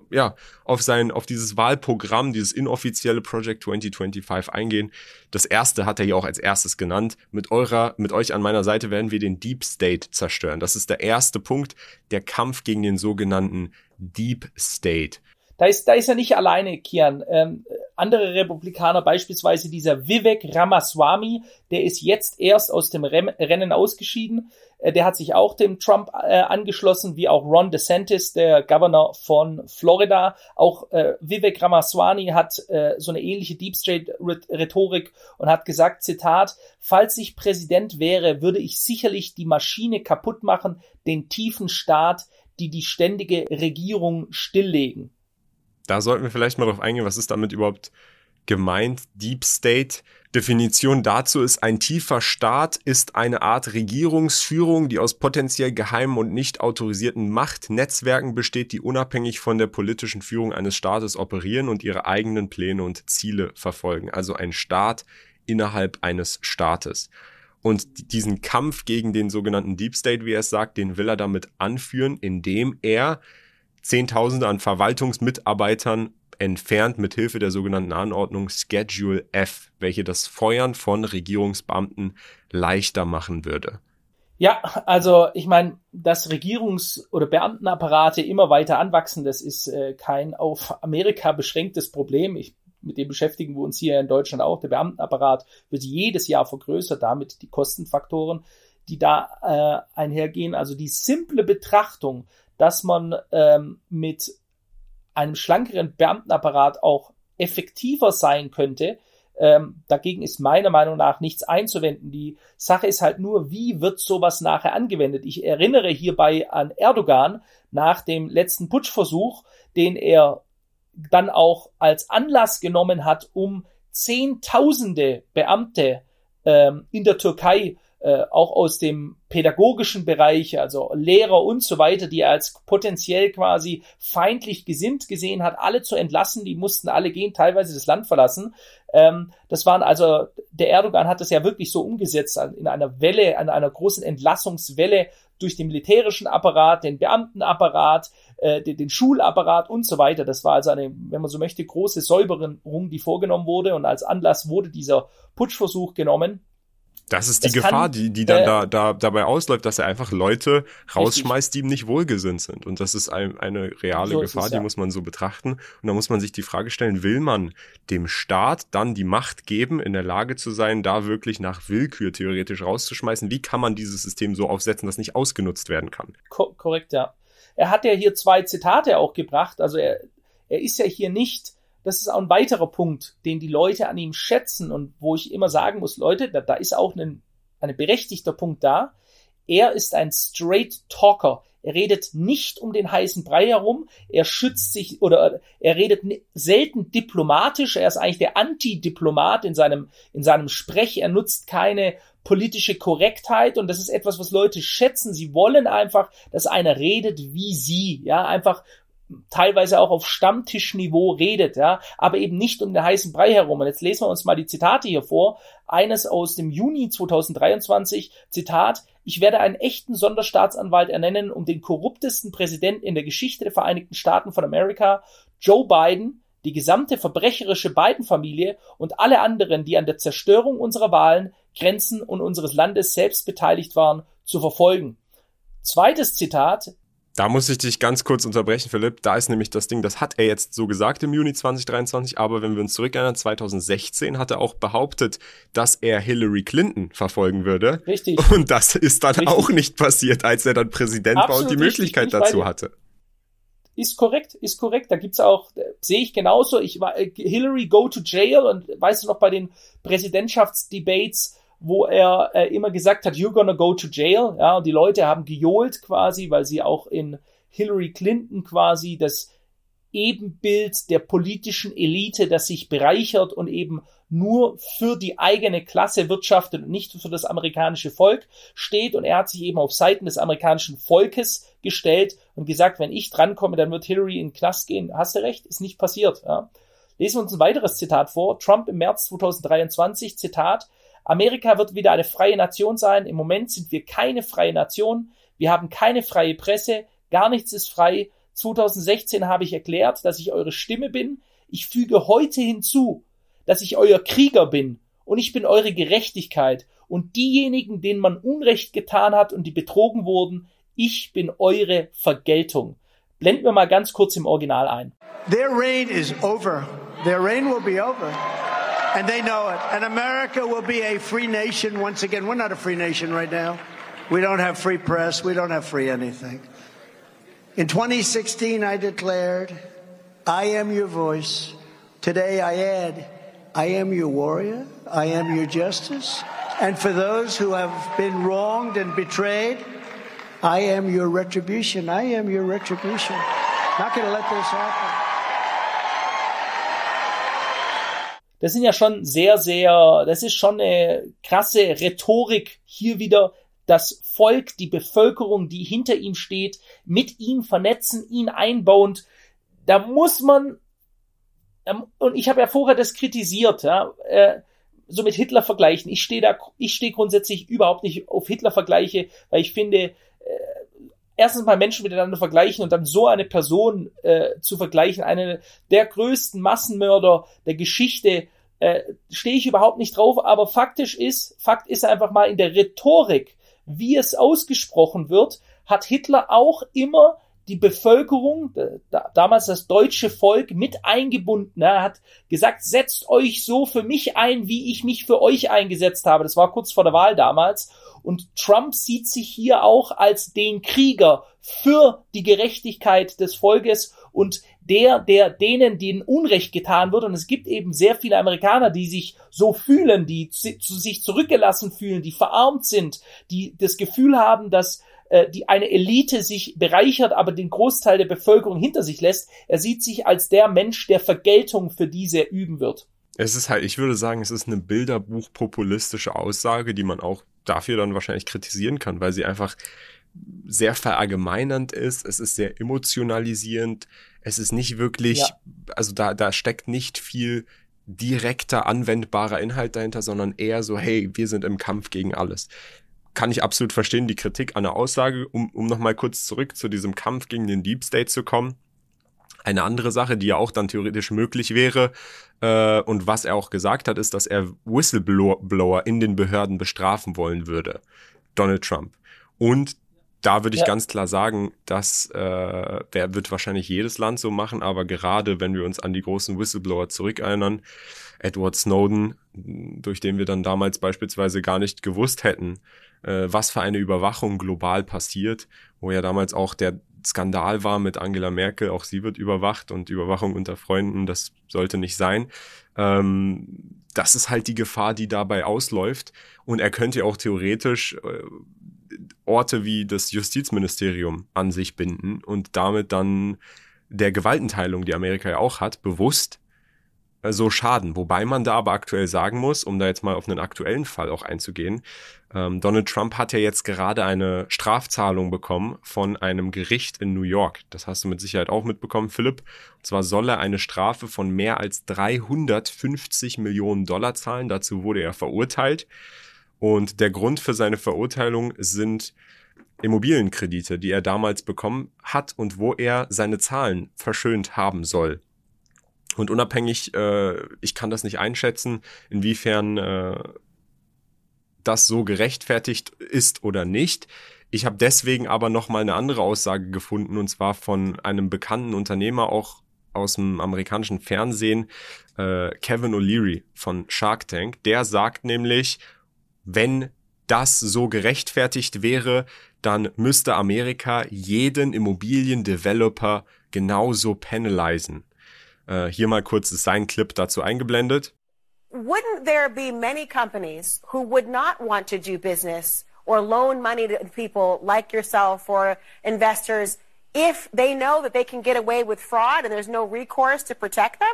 auf dieses Wahlprogramm, dieses inoffizielle Project 2025 eingehen. Das erste hat er ja auch als erstes genannt. Mit euch an meiner Seite werden wir den Deep State zerstören. Das ist der erste Punkt, der Kampf gegen den sogenannten Deep State. Da ist er nicht alleine, Kian. Andere Republikaner, beispielsweise dieser Vivek Ramaswamy, der ist jetzt erst aus dem Rennen ausgeschieden. Der hat sich auch dem Trump angeschlossen, wie auch Ron DeSantis, der Governor von Florida. Auch Vivek Ramaswamy hat so eine ähnliche Deep State-Rhetorik und hat gesagt, Zitat, falls ich Präsident wäre, würde ich sicherlich die Maschine kaputt machen, den tiefen Staat, die ständige Regierung stilllegen. Da sollten wir vielleicht mal drauf eingehen, was ist damit überhaupt gemeint, Deep State. Definition dazu ist, ein tiefer Staat ist eine Art Regierungsführung, die aus potenziell geheimen und nicht autorisierten Machtnetzwerken besteht, die unabhängig von der politischen Führung eines Staates operieren und ihre eigenen Pläne und Ziele verfolgen. Also ein Staat innerhalb eines Staates. Und diesen Kampf gegen den sogenannten Deep State, wie er es sagt, den will er damit anführen, indem er Zehntausende an Verwaltungsmitarbeitern entfernt mit Hilfe der sogenannten Anordnung Schedule F, welche das Feuern von Regierungsbeamten leichter machen würde. Ja, also ich meine, dass Regierungs- oder Beamtenapparate immer weiter anwachsen, das ist kein auf Amerika beschränktes Problem. Mit dem beschäftigen wir uns hier in Deutschland auch. Der Beamtenapparat wird jedes Jahr vergrößert, damit die Kostenfaktoren, die da einhergehen. Also die simple Betrachtung, dass man mit einem schlankeren Beamtenapparat auch effektiver sein könnte, dagegen ist meiner Meinung nach nichts einzuwenden. Die Sache ist halt nur, wie wird sowas nachher angewendet? Ich erinnere hierbei an Erdogan nach dem letzten Putschversuch, den er dann auch als Anlass genommen hat, um Zehntausende Beamte in der Türkei auch aus dem pädagogischen Bereich, also Lehrer und so weiter, die er als potenziell quasi feindlich gesinnt gesehen hat, alle zu entlassen. Die mussten alle gehen, teilweise das Land verlassen. Das waren also, der Erdogan hat das ja wirklich so umgesetzt in einer Welle, an einer großen Entlassungswelle durch den militärischen Apparat, den Beamtenapparat, den Schulapparat und so weiter. Das war also eine, wenn man so möchte, große Säuberung, die vorgenommen wurde, und als Anlass wurde dieser Putschversuch genommen. Das ist die Gefahr, die dann dabei ausläuft, dass er einfach Leute rausschmeißt, die ihm nicht wohlgesinnt sind. Und das ist eine reale Gefahr, die muss man so betrachten. Und da muss man sich die Frage stellen, will man dem Staat dann die Macht geben, in der Lage zu sein, da wirklich nach Willkür theoretisch rauszuschmeißen? Wie kann man dieses System so aufsetzen, dass nicht ausgenutzt werden kann? Korrekt, ja. Er hat ja hier 2 Zitate auch gebracht. Also er ist ja hier nicht... Das ist auch ein weiterer Punkt, den die Leute an ihm schätzen und wo ich immer sagen muss, Leute, da ist auch ein berechtigter Punkt da. Er ist ein Straight Talker. Er redet nicht um den heißen Brei herum. Er schützt sich oder er redet selten diplomatisch. Er ist eigentlich der Antidiplomat in seinem Sprech. Er nutzt keine politische Korrektheit, und das ist etwas, was Leute schätzen. Sie wollen einfach, dass einer redet wie sie, ja, einfach teilweise auch auf Stammtischniveau redet, ja, aber eben nicht um den heißen Brei herum. Und jetzt lesen wir uns mal die Zitate hier vor. Eines aus dem Juni 2023, Zitat: Ich werde einen echten Sonderstaatsanwalt ernennen, um den korruptesten Präsidenten in der Geschichte der Vereinigten Staaten von Amerika, Joe Biden, die gesamte verbrecherische Biden-Familie und alle anderen, die an der Zerstörung unserer Wahlen, Grenzen und unseres Landes selbst beteiligt waren, zu verfolgen. Zweites Zitat: Da muss ich dich ganz kurz unterbrechen, Philipp. Da ist nämlich das Ding, das hat er jetzt so gesagt im Juni 2023, aber wenn wir uns zurückerinnern, 2016 hat er auch behauptet, dass er Hillary Clinton verfolgen würde. Richtig. Und das ist dann auch nicht passiert, als er dann Präsident war und die Möglichkeit dazu hatte. Ist korrekt. Da gibt's auch, sehe ich genauso. Hillary go to jail, und weißt du noch, bei den Präsidentschaftsdebates, wo er immer gesagt hat, you're gonna go to jail, ja, und die Leute haben gejohlt quasi, weil sie auch in Hillary Clinton quasi das Ebenbild der politischen Elite, das sich bereichert und eben nur für die eigene Klasse wirtschaftet und nicht für das amerikanische Volk steht, und er hat sich eben auf Seiten des amerikanischen Volkes gestellt und gesagt, wenn ich drankomme, dann wird Hillary in den Knast gehen. Hast du recht, ist nicht passiert. Ja. Lesen wir uns ein weiteres Zitat vor. Trump im März 2023, Zitat: Amerika wird wieder eine freie Nation sein. Im Moment sind wir keine freie Nation. Wir haben keine freie Presse. Gar nichts ist frei. 2016 habe ich erklärt, dass ich eure Stimme bin. Ich füge heute hinzu, dass ich euer Krieger bin. Und ich bin eure Gerechtigkeit. Und diejenigen, denen man Unrecht getan hat und die betrogen wurden, ich bin eure Vergeltung. Blenden wir mal ganz kurz im Original ein. Their reign is over. Their reign will be over. And they know it. And America will be a free nation once again. We're not a free nation right now. We don't have free press. We don't have free anything. In 2016, I declared, I am your voice. Today I add, I am your warrior. I am your justice. And for those who have been wronged and betrayed, I am your retribution. I am your retribution. Not going to let this happen. das sind ja schon das ist schon eine krasse Rhetorik hier wieder, das Volk, die Bevölkerung, die hinter ihm steht, mit ihm vernetzen, ihn einbauen. Da muss man, und ich habe ja vorher das kritisiert, ja, so mit Hitler vergleichen. Ich stehe grundsätzlich überhaupt nicht auf Hitler-Vergleiche, weil ich finde, erstens mal Menschen miteinander vergleichen und dann so eine Person zu vergleichen, eine der größten Massenmörder der Geschichte, stehe ich überhaupt nicht drauf, aber Fakt ist einfach mal in der Rhetorik, wie es ausgesprochen wird, hat Hitler auch immer die Bevölkerung, damals das deutsche Volk, mit eingebunden. Er hat gesagt, setzt euch so für mich ein, wie ich mich für euch eingesetzt habe. Das war kurz vor der Wahl damals. Und Trump sieht sich hier auch als den Krieger für die Gerechtigkeit des Volkes und der denen Unrecht getan wird. Und es gibt eben sehr viele Amerikaner, die sich so fühlen, die sich zurückgelassen fühlen, die verarmt sind, die das Gefühl haben, dass die eine Elite sich bereichert, aber den Großteil der Bevölkerung hinter sich lässt. Er sieht sich als der Mensch, der Vergeltung für diese üben wird. Es ist halt, ich würde sagen, es ist eine bilderbuchpopulistische Aussage, die man auch dafür dann wahrscheinlich kritisieren kann, weil sie einfach sehr verallgemeinernd ist. Es ist sehr emotionalisierend. Es ist nicht wirklich, also da steckt nicht viel direkter, anwendbarer Inhalt dahinter, sondern eher so, hey, wir sind im Kampf gegen alles. Kann ich absolut verstehen, die Kritik an der Aussage, um nochmal kurz zurück zu diesem Kampf gegen den Deep State zu kommen. Eine andere Sache, die ja auch dann theoretisch möglich wäre, und was er auch gesagt hat, ist, dass er Whistleblower in den Behörden bestrafen wollen würde, Donald Trump. Und da würde ich ganz klar sagen, das wird wahrscheinlich jedes Land so machen, aber gerade wenn wir uns an die großen Whistleblower zurückerinnern, Edward Snowden, durch den wir dann damals beispielsweise gar nicht gewusst hätten, was für eine Überwachung global passiert, wo ja damals auch der Skandal war mit Angela Merkel, auch sie wird überwacht und Überwachung unter Freunden, das sollte nicht sein. Das ist halt die Gefahr, die dabei ausläuft, und er könnte ja auch theoretisch Orte wie das Justizministerium an sich binden und damit dann der Gewaltenteilung, die Amerika ja auch hat, bewusst so schaden. Wobei man da aber aktuell sagen muss, um da jetzt mal auf einen aktuellen Fall auch einzugehen, Donald Trump hat ja jetzt gerade eine Strafzahlung bekommen von einem Gericht in New York. Das hast du mit Sicherheit auch mitbekommen, Philipp. Und zwar soll er eine Strafe von mehr als 350 Millionen Dollar zahlen. Dazu wurde er verurteilt. Und der Grund für seine Verurteilung sind Immobilienkredite, die er damals bekommen hat und wo er seine Zahlen verschönt haben soll. Und unabhängig, ich kann das nicht einschätzen, inwiefern das so gerechtfertigt ist oder nicht. Ich habe deswegen aber nochmal eine andere Aussage gefunden, und zwar von einem bekannten Unternehmer, auch aus dem amerikanischen Fernsehen, Kevin O'Leary von Shark Tank. Der sagt nämlich, wenn das so gerechtfertigt wäre, dann müsste Amerika jeden Immobiliendeveloper genauso penalisen. Hier mal kurz ist sein Clip dazu eingeblendet. Wouldn't there be many companies who would not want to do business or loan money to people like yourself or investors if they know that they can get away with fraud and there's no recourse to protect them?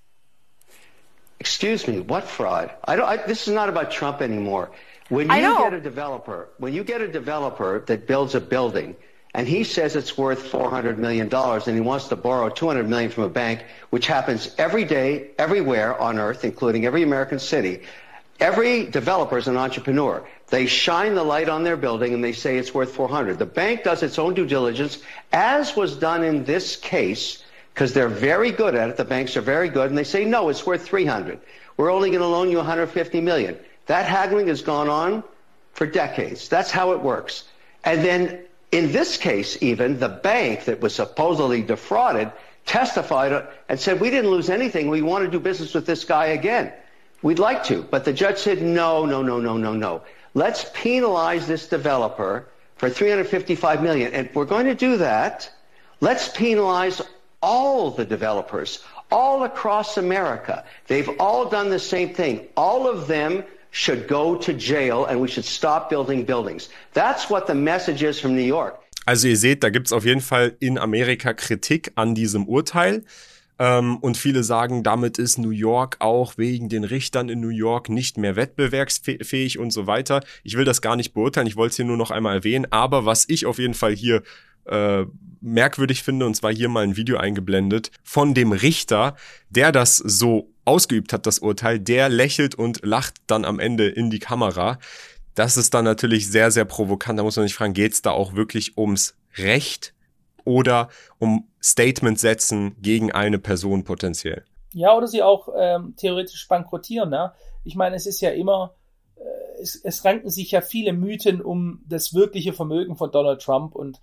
Excuse me, what fraud? This is not about Trump anymore. When you get a developer that builds a building and he says it's worth $400 million and he wants to borrow $200 million from a bank, which happens every day, everywhere on earth, including every American city. Every developer is an entrepreneur. They shine the light on their building and they say it's worth 400. The bank does its own due diligence, as was done in this case, because they're very good at it. The banks are very good, and they say, no, it's worth 300. We're only going to loan you 150 million. That haggling has gone on for decades. That's how it works. And then in this case, even, the bank that was supposedly defrauded testified and said, we didn't lose anything. We want to do business with this guy again. We'd like to. But the judge said, no. Let's penalize this developer for $355 million. And if we're going to do that, let's penalize all the developers, all across America. They've all done the same thing. All of them should go to jail and we should stop building buildings. That's what the message is from New York. Also ihr seht, da gibt's auf jeden Fall in Amerika Kritik an diesem Urteil. Und viele sagen, damit ist New York auch wegen den Richtern in New York nicht mehr wettbewerbsfähig und so weiter. Ich will das gar nicht beurteilen, ich wollte es hier nur noch einmal erwähnen. Aber was ich auf jeden Fall hier merkwürdig finde, und zwar hier mal ein Video eingeblendet, von dem Richter, der das so ausgeübt hat, das Urteil, der lächelt und lacht dann am Ende in die Kamera. Das ist dann natürlich sehr, sehr provokant. Da muss man sich fragen, geht es da auch wirklich ums Recht oder um Statement setzen gegen eine Person potenziell? Ja, oder sie auch theoretisch bankrottieren. Ne? Ich meine, es ist ja immer, es ranken sich ja viele Mythen um das wirkliche Vermögen von Donald Trump und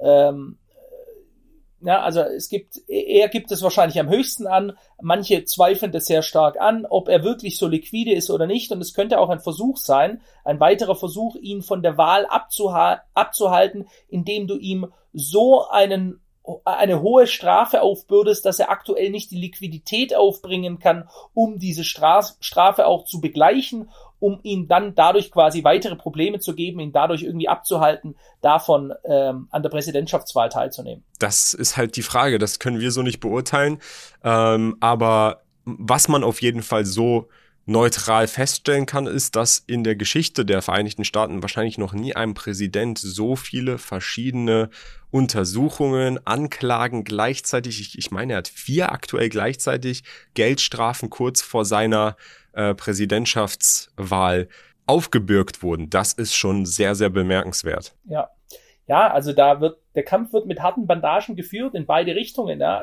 also er gibt es wahrscheinlich am höchsten an. Manche zweifeln das sehr stark an, ob er wirklich so liquide ist oder nicht. Und es könnte auch ein Versuch sein, ein weiterer Versuch, ihn von der Wahl abzuhalten, indem du ihm so eine hohe Strafe aufbürdest, dass er aktuell nicht die Liquidität aufbringen kann, um diese Strafe auch zu begleichen, um ihm dann dadurch quasi weitere Probleme zu geben, ihn dadurch irgendwie abzuhalten, davon an der Präsidentschaftswahl teilzunehmen. Das ist halt die Frage, das können wir so nicht beurteilen, aber was man auf jeden Fall so neutral feststellen kann, ist, dass in der Geschichte der Vereinigten Staaten wahrscheinlich noch nie einem Präsident so viele verschiedene Untersuchungen, Anklagen gleichzeitig, ich meine, er hat 4 aktuell gleichzeitig Geldstrafen kurz vor seiner Präsidentschaftswahl aufgebürgt wurden. Das ist schon sehr, sehr bemerkenswert. Ja, also der Kampf wird mit harten Bandagen geführt in beide Richtungen. Ja.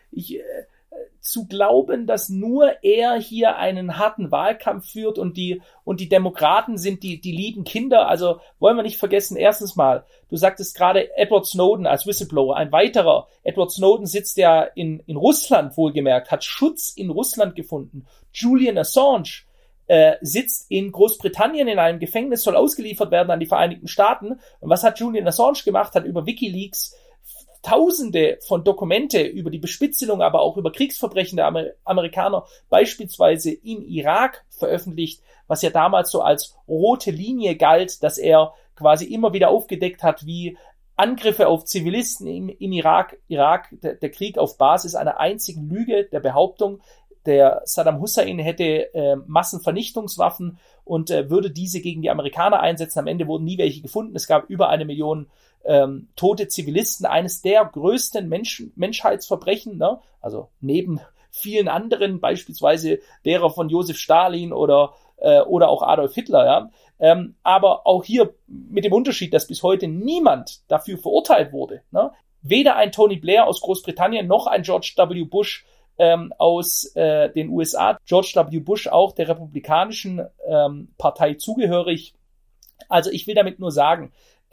Zu glauben, dass nur er hier einen harten Wahlkampf führt und die Demokraten sind die lieben Kinder. Also wollen wir nicht vergessen, erstens mal, du sagtest gerade Edward Snowden als Whistleblower, ein weiterer. Edward Snowden sitzt ja in Russland, wohlgemerkt, hat Schutz in Russland gefunden. Julian Assange sitzt in Großbritannien in einem Gefängnis, soll ausgeliefert werden an die Vereinigten Staaten. Und was hat Julian Assange gemacht? Hat über WikiLeaks Tausende von Dokumente über die Bespitzelung, aber auch über Kriegsverbrechen der Amerikaner, beispielsweise im Irak, veröffentlicht, was ja damals so als rote Linie galt, dass er quasi immer wieder aufgedeckt hat, wie Angriffe auf Zivilisten im Irak, der Krieg auf Basis einer einzigen Lüge, der Behauptung, der Saddam Hussein hätte Massenvernichtungswaffen und würde diese gegen die Amerikaner einsetzen. Am Ende wurden nie welche gefunden. Es gab über 1 Million tote Zivilisten, eines der größten Menschheitsverbrechen, ne? Also neben vielen anderen, beispielsweise derer von Josef Stalin oder auch Adolf Hitler, ja. Aber auch hier mit dem Unterschied, dass bis heute niemand dafür verurteilt wurde, ne? Weder ein Tony Blair aus Großbritannien noch ein George W. Bush aus den USA. George W. Bush auch der republikanischen Partei zugehörig. Also ich will damit nur sagen,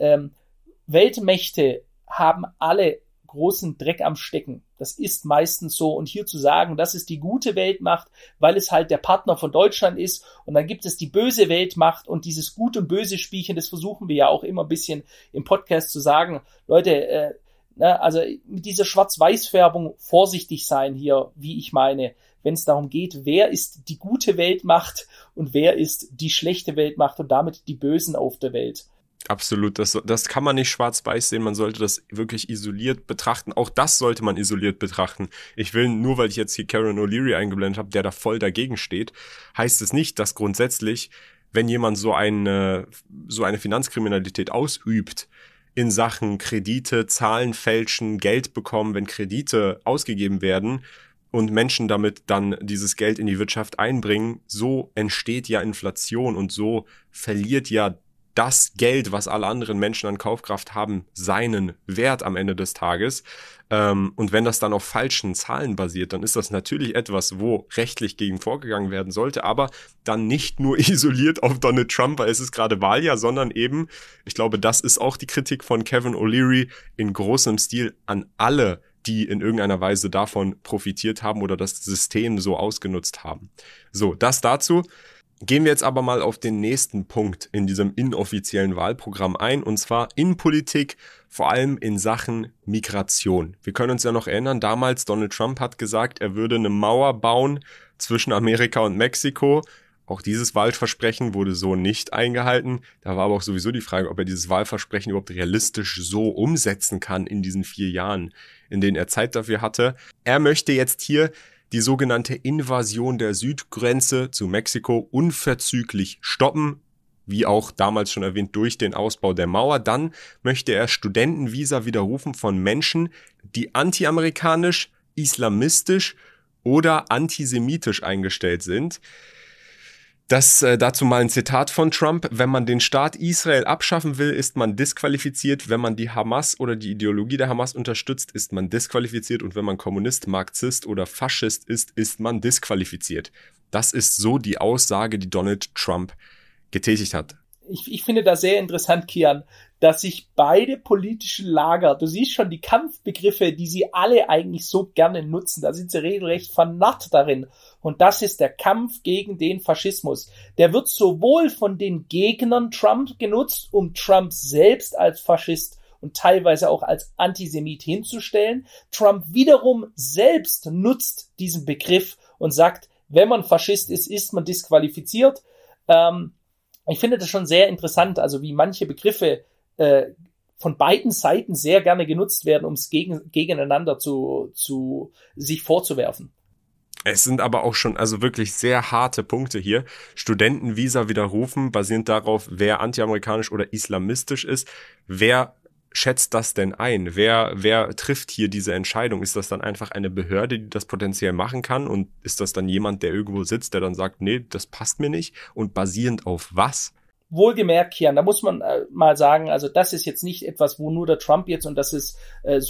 Weltmächte haben alle großen Dreck am Stecken. Das ist meistens so. Und hier zu sagen, das ist die gute Weltmacht, weil es halt der Partner von Deutschland ist. Und dann gibt es die böse Weltmacht und dieses Gut und Böse Spielchen, das versuchen wir ja auch immer ein bisschen im Podcast zu sagen. Leute, also mit dieser Schwarz-Weiß-Färbung vorsichtig sein hier, wie ich meine, wenn es darum geht, wer ist die gute Weltmacht und wer ist die schlechte Weltmacht und damit die Bösen auf der Welt. Absolut, das kann man nicht schwarz-weiß sehen, man sollte das wirklich isoliert betrachten. Auch das sollte man isoliert betrachten. Ich will, nur weil ich jetzt hier Kevin O'Leary eingeblendet habe, der da voll dagegen steht, heißt es nicht, dass grundsätzlich, wenn jemand so eine Finanzkriminalität ausübt, in Sachen Kredite, Zahlen fälschen, Geld bekommen, wenn Kredite ausgegeben werden und Menschen damit dann dieses Geld in die Wirtschaft einbringen, so entsteht ja Inflation und so verliert ja das Geld, was alle anderen Menschen an Kaufkraft haben, seinen Wert am Ende des Tages. Und wenn das dann auf falschen Zahlen basiert, dann ist das natürlich etwas, wo rechtlich gegen vorgegangen werden sollte, aber dann nicht nur isoliert auf Donald Trump, weil es ist gerade Wahljahr, sondern eben, ich glaube, das ist auch die Kritik von Kevin O'Leary in großem Stil an alle, die in irgendeiner Weise davon profitiert haben oder das System so ausgenutzt haben. So, das dazu. Gehen wir jetzt aber mal auf den nächsten Punkt in diesem inoffiziellen Wahlprogramm ein, und zwar Innenpolitik, vor allem in Sachen Migration. Wir können uns ja noch erinnern, damals Donald Trump hat gesagt, er würde eine Mauer bauen zwischen Amerika und Mexiko, Auch dieses Wahlversprechen wurde so nicht eingehalten. Da war aber auch sowieso die Frage, ob er dieses Wahlversprechen überhaupt realistisch so umsetzen kann in diesen 4 Jahren, in denen er Zeit dafür hatte. Er möchte jetzt hier die sogenannte Invasion der Südgrenze zu Mexiko unverzüglich stoppen, wie auch damals schon erwähnt, durch den Ausbau der Mauer. Dann möchte er Studentenvisa widerrufen von Menschen, die anti-amerikanisch, islamistisch oder antisemitisch eingestellt sind. Dazu mal ein Zitat von Trump: Wenn man den Staat Israel abschaffen will, ist man disqualifiziert. Wenn man die Hamas oder die Ideologie der Hamas unterstützt, ist man disqualifiziert. Und wenn man Kommunist, Marxist oder Faschist ist man disqualifiziert. Das ist so die Aussage, die Donald Trump getätigt hat. Ich finde das sehr interessant, Kian, dass sich beide politischen Lager, du siehst schon die Kampfbegriffe, die sie alle eigentlich so gerne nutzen, da sind sie regelrecht vernarrt darin. Und das ist der Kampf gegen den Faschismus. Der wird sowohl von den Gegnern Trump genutzt, um Trump selbst als Faschist und teilweise auch als Antisemit hinzustellen. Trump wiederum selbst nutzt diesen Begriff und sagt, wenn man Faschist ist, ist man disqualifiziert. Ich finde das schon sehr interessant, also wie manche Begriffe von beiden Seiten sehr gerne genutzt werden, um es gegeneinander zu sich vorzuwerfen. Es sind aber auch schon also wirklich sehr harte Punkte hier. Studentenvisa widerrufen, basierend darauf, wer antiamerikanisch oder islamistisch ist. Wer schätzt das denn ein? Wer trifft hier diese Entscheidung? Ist das dann einfach eine Behörde, die das potenziell machen kann? Und ist das dann jemand, der irgendwo sitzt, der dann sagt, nee, das passt mir nicht? Und basierend auf was? Wohlgemerkt, Kian, da muss man mal sagen, also das ist jetzt nicht etwas, wo nur der Trump jetzt und das ist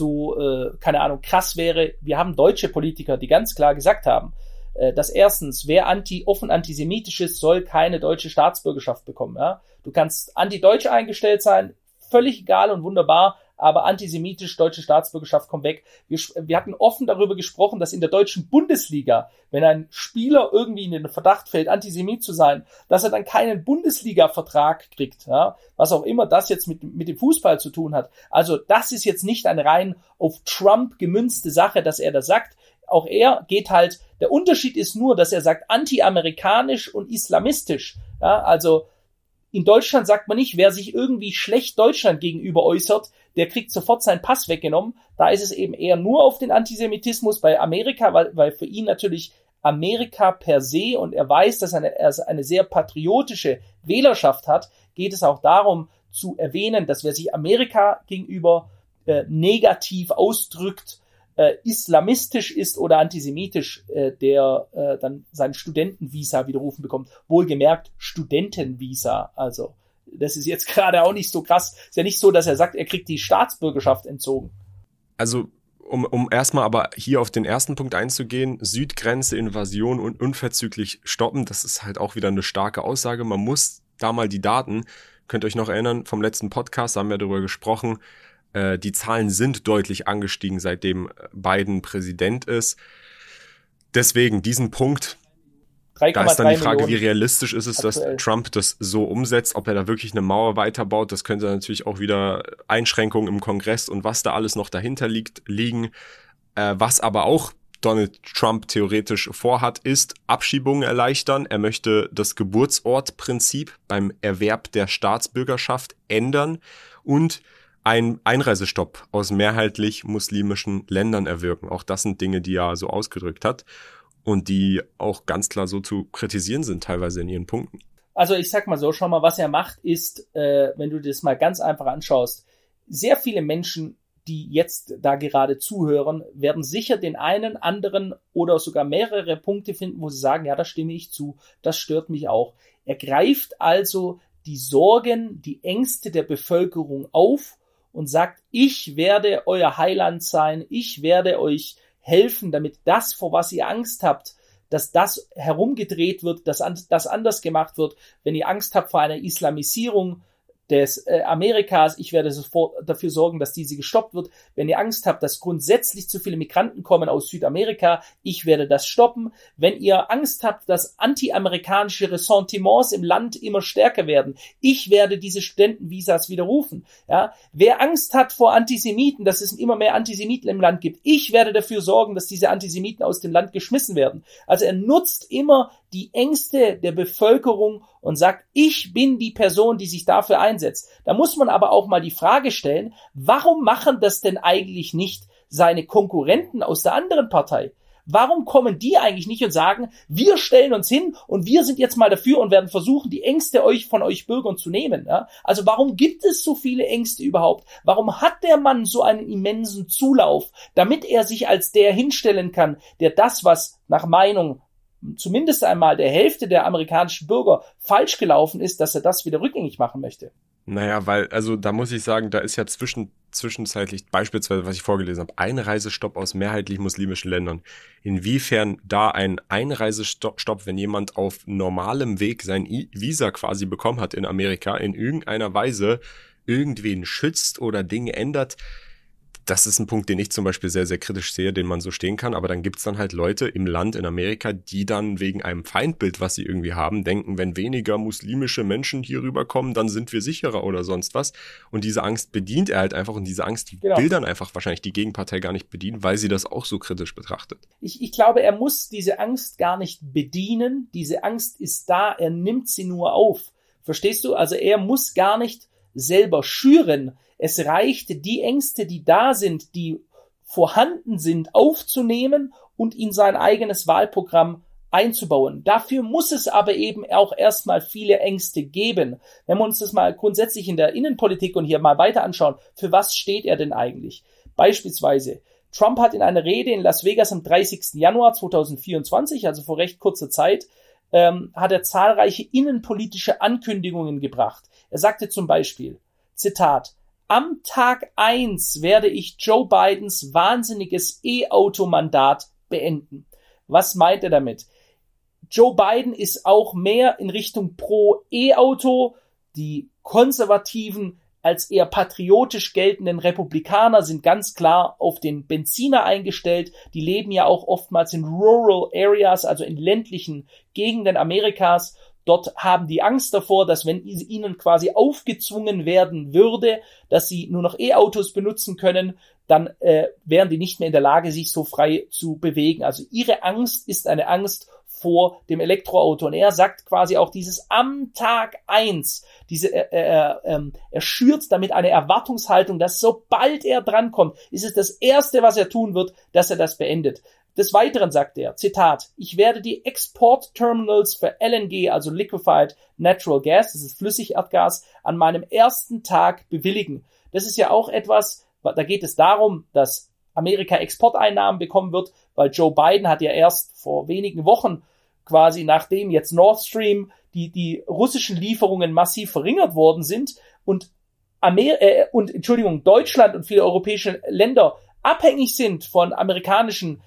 keine Ahnung, krass wäre. Wir haben deutsche Politiker, die ganz klar gesagt haben, dass erstens, wer offen antisemitisch ist, soll keine deutsche Staatsbürgerschaft bekommen. Ja? Du kannst anti-deutsch eingestellt sein, völlig egal und wunderbar, aber antisemitisch, deutsche Staatsbürgerschaft kommt weg. Wir hatten offen darüber gesprochen, dass in der deutschen Bundesliga, wenn ein Spieler irgendwie in den Verdacht fällt, Antisemit zu sein, dass er dann keinen Bundesliga-Vertrag kriegt, ja? Was auch immer das jetzt mit dem Fußball zu tun hat. Also das ist jetzt nicht eine rein auf Trump gemünzte Sache, dass er das sagt. Auch er geht halt, der Unterschied ist nur, dass er sagt anti-amerikanisch und islamistisch. Ja? Also in Deutschland sagt man nicht, wer sich irgendwie schlecht Deutschland gegenüber äußert, der kriegt sofort seinen Pass weggenommen. Da ist es eben eher nur auf den Antisemitismus bei Amerika, weil für ihn natürlich Amerika per se und er weiß, dass er eine sehr patriotische Wählerschaft hat, geht es auch darum zu erwähnen, dass wer sich Amerika gegenüber negativ ausdrückt, islamistisch ist oder antisemitisch, der dann sein Studentenvisa widerrufen bekommt. Wohlgemerkt Studentenvisa, also das ist jetzt gerade auch nicht so krass. Ist ja nicht so, dass er sagt, er kriegt die Staatsbürgerschaft entzogen. Also um erstmal aber hier auf den ersten Punkt einzugehen, Südgrenze, Invasion und unverzüglich stoppen, das ist halt auch wieder eine starke Aussage. Man muss da mal die Daten, könnt ihr euch noch erinnern, vom letzten Podcast haben wir darüber gesprochen, die Zahlen sind deutlich angestiegen, seitdem Biden Präsident ist. Deswegen diesen Punkt, da ist dann die Frage, wie realistisch ist es, aktuell, dass Trump das so umsetzt, ob er da wirklich eine Mauer weiterbaut. Das könnte natürlich auch wieder Einschränkungen im Kongress und was da alles noch dahinter liegen. Was aber auch Donald Trump theoretisch vorhat, ist Abschiebungen erleichtern. Er möchte das Geburtsortprinzip beim Erwerb der Staatsbürgerschaft ändern und einen Einreisestopp aus mehrheitlich muslimischen Ländern erwirken. Auch das sind Dinge, die er so ausgedrückt hat und die auch ganz klar so zu kritisieren sind, teilweise in ihren Punkten. Also ich sag mal so, schau mal, was er macht, ist, wenn du das mal ganz einfach anschaust, sehr viele Menschen, die jetzt da gerade zuhören, werden sicher den einen, anderen oder sogar mehrere Punkte finden, wo sie sagen, ja, da stimme ich zu, das stört mich auch. Er greift also die Sorgen, die Ängste der Bevölkerung auf und sagt, ich werde euer Heiland sein, ich werde euch helfen, damit das, vor was ihr Angst habt, dass das herumgedreht wird, dass das anders gemacht wird. Wenn ihr Angst habt vor einer Islamisierung des Amerikas, ich werde sofort dafür sorgen, dass diese gestoppt wird. Wenn ihr Angst habt, dass grundsätzlich zu viele Migranten kommen aus Südamerika, ich werde das stoppen. Wenn ihr Angst habt, dass anti-amerikanische Ressentiments im Land immer stärker werden, ich werde diese Studentenvisas widerrufen. Ja? Wer Angst hat vor Antisemiten, dass es immer mehr Antisemiten im Land gibt, ich werde dafür sorgen, dass diese Antisemiten aus dem Land geschmissen werden. Also er nutzt immer die Ängste der Bevölkerung und sagt, ich bin die Person, die sich dafür einsetzt. Da muss man aber auch mal die Frage stellen, warum machen das denn eigentlich nicht seine Konkurrenten aus der anderen Partei? Warum kommen die eigentlich nicht und sagen, wir stellen uns hin und wir sind jetzt mal dafür und werden versuchen, die Ängste von euch Bürgern zu nehmen? Ja? Also warum gibt es so viele Ängste überhaupt? Warum hat der Mann so einen immensen Zulauf, damit er sich als der hinstellen kann, der das, was nach Meinung zumindest einmal der Hälfte der amerikanischen Bürger falsch gelaufen ist, dass er das wieder rückgängig machen möchte? Naja, weil, also da muss ich sagen, da ist ja zwischenzeitlich beispielsweise, was ich vorgelesen habe, Einreisestopp aus mehrheitlich muslimischen Ländern. Inwiefern da ein Einreisestopp, wenn jemand auf normalem Weg sein Visa quasi bekommen hat in Amerika, in irgendeiner Weise irgendwen schützt oder Dinge ändert, das ist ein Punkt, den ich zum Beispiel sehr, sehr kritisch sehe, den man so stehen kann. Aber dann gibt's dann halt Leute im Land in Amerika, die dann wegen einem Feindbild, was sie irgendwie haben, denken, wenn weniger muslimische Menschen hier rüberkommen, dann sind wir sicherer oder sonst was. Und diese Angst bedient er halt einfach und diese Angst will dann einfach wahrscheinlich die Gegenpartei gar nicht bedienen, weil sie das auch so kritisch betrachtet. Ich glaube, er muss diese Angst gar nicht bedienen. Diese Angst ist da, er nimmt sie nur auf. Verstehst du? Also er muss gar nicht selber schüren. Es reicht, die Ängste, die da sind, die vorhanden sind, aufzunehmen und in sein eigenes Wahlprogramm einzubauen. Dafür muss es aber eben auch erstmal viele Ängste geben. Wenn wir uns das mal grundsätzlich in der Innenpolitik und hier mal weiter anschauen, für was steht er denn eigentlich? Beispielsweise, Trump hat in einer Rede in Las Vegas am 30. Januar 2024, also vor recht kurzer Zeit, hat er zahlreiche innenpolitische Ankündigungen gebracht. Er sagte zum Beispiel, Zitat, am Tag 1 werde ich Joe Bidens wahnsinniges E-Auto-Mandat beenden. Was meint er damit? Joe Biden ist auch mehr in Richtung pro E-Auto. Die Konservativen als eher patriotisch geltenden Republikaner sind ganz klar auf den Benziner eingestellt. Die leben ja auch oftmals in Rural Areas, also in ländlichen Gegenden Amerikas. Dort haben die Angst davor, dass wenn ihnen quasi aufgezwungen werden würde, dass sie nur noch E-Autos benutzen können, dann wären die nicht mehr in der Lage, sich so frei zu bewegen. Also ihre Angst ist eine Angst vor dem Elektroauto. Und er sagt quasi auch dieses am Tag 1, er schürt damit eine Erwartungshaltung, dass sobald er drankommt, ist es das Erste, was er tun wird, dass er das beendet. Des Weiteren sagt er, Zitat, ich werde die Export-Terminals für LNG, also Liquefied Natural Gas, das ist Flüssigerdgas, an meinem ersten Tag bewilligen. Das ist ja auch etwas, da geht es darum, dass Amerika Exporteinnahmen bekommen wird, weil Joe Biden hat ja erst vor wenigen Wochen quasi nachdem jetzt Nord Stream die russischen Lieferungen massiv verringert worden sind und Deutschland und viele europäische Länder abhängig sind von amerikanischen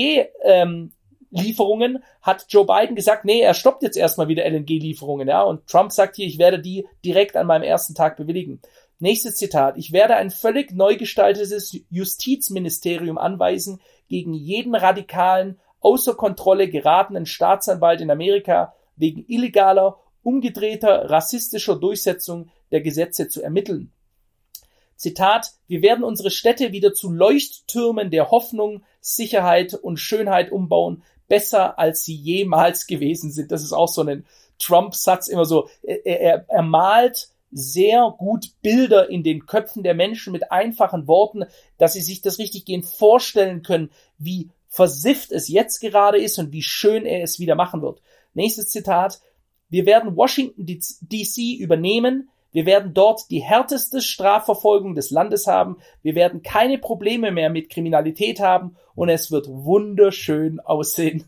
LNG-Lieferungen, hat Joe Biden gesagt, nee, er stoppt jetzt erstmal wieder LNG-Lieferungen, ja, und Trump sagt hier, ich werde die direkt an meinem ersten Tag bewilligen. Nächstes Zitat, ich werde ein völlig neu gestaltetes Justizministerium anweisen gegen jeden radikalen, außer Kontrolle geratenen Staatsanwalt in Amerika wegen illegaler, umgedrehter, rassistischer Durchsetzung der Gesetze zu ermitteln. Zitat, wir werden unsere Städte wieder zu Leuchttürmen der Hoffnung, Sicherheit und Schönheit umbauen, besser als sie jemals gewesen sind. Das ist auch so ein Trump-Satz, immer so, er malt sehr gut Bilder in den Köpfen der Menschen mit einfachen Worten, dass sie sich das richtig gehend vorstellen können, wie versifft es jetzt gerade ist und wie schön er es wieder machen wird. Nächstes Zitat, wir werden Washington D.C. übernehmen, wir werden dort die härteste Strafverfolgung des Landes haben. Wir werden keine Probleme mehr mit Kriminalität haben und es wird wunderschön aussehen.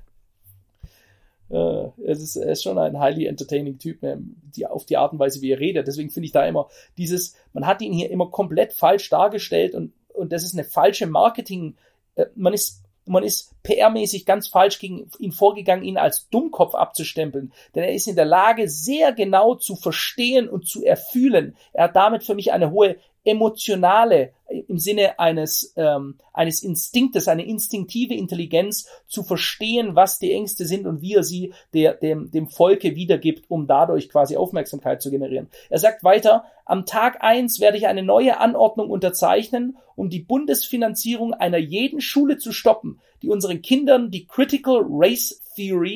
Es ist schon ein highly entertaining Typ, auf die Art und Weise, wie er redet. Deswegen finde ich da immer man hat ihn hier immer komplett falsch dargestellt und das ist eine falsche Marketing. Man ist PR-mäßig ganz falsch gegen ihn vorgegangen, ihn als Dummkopf abzustempeln. Denn er ist in der Lage, sehr genau zu verstehen und zu erfühlen. Er hat damit für mich eine hohe emotionale, im Sinne eines Instinktes, eine instinktive Intelligenz, zu verstehen, was die Ängste sind und wie er sie dem Volke wiedergibt, um dadurch quasi Aufmerksamkeit zu generieren. Er sagt weiter, am Tag 1 werde ich eine neue Anordnung unterzeichnen, um die Bundesfinanzierung einer jeden Schule zu stoppen, die unseren Kindern die Critical Race Theory,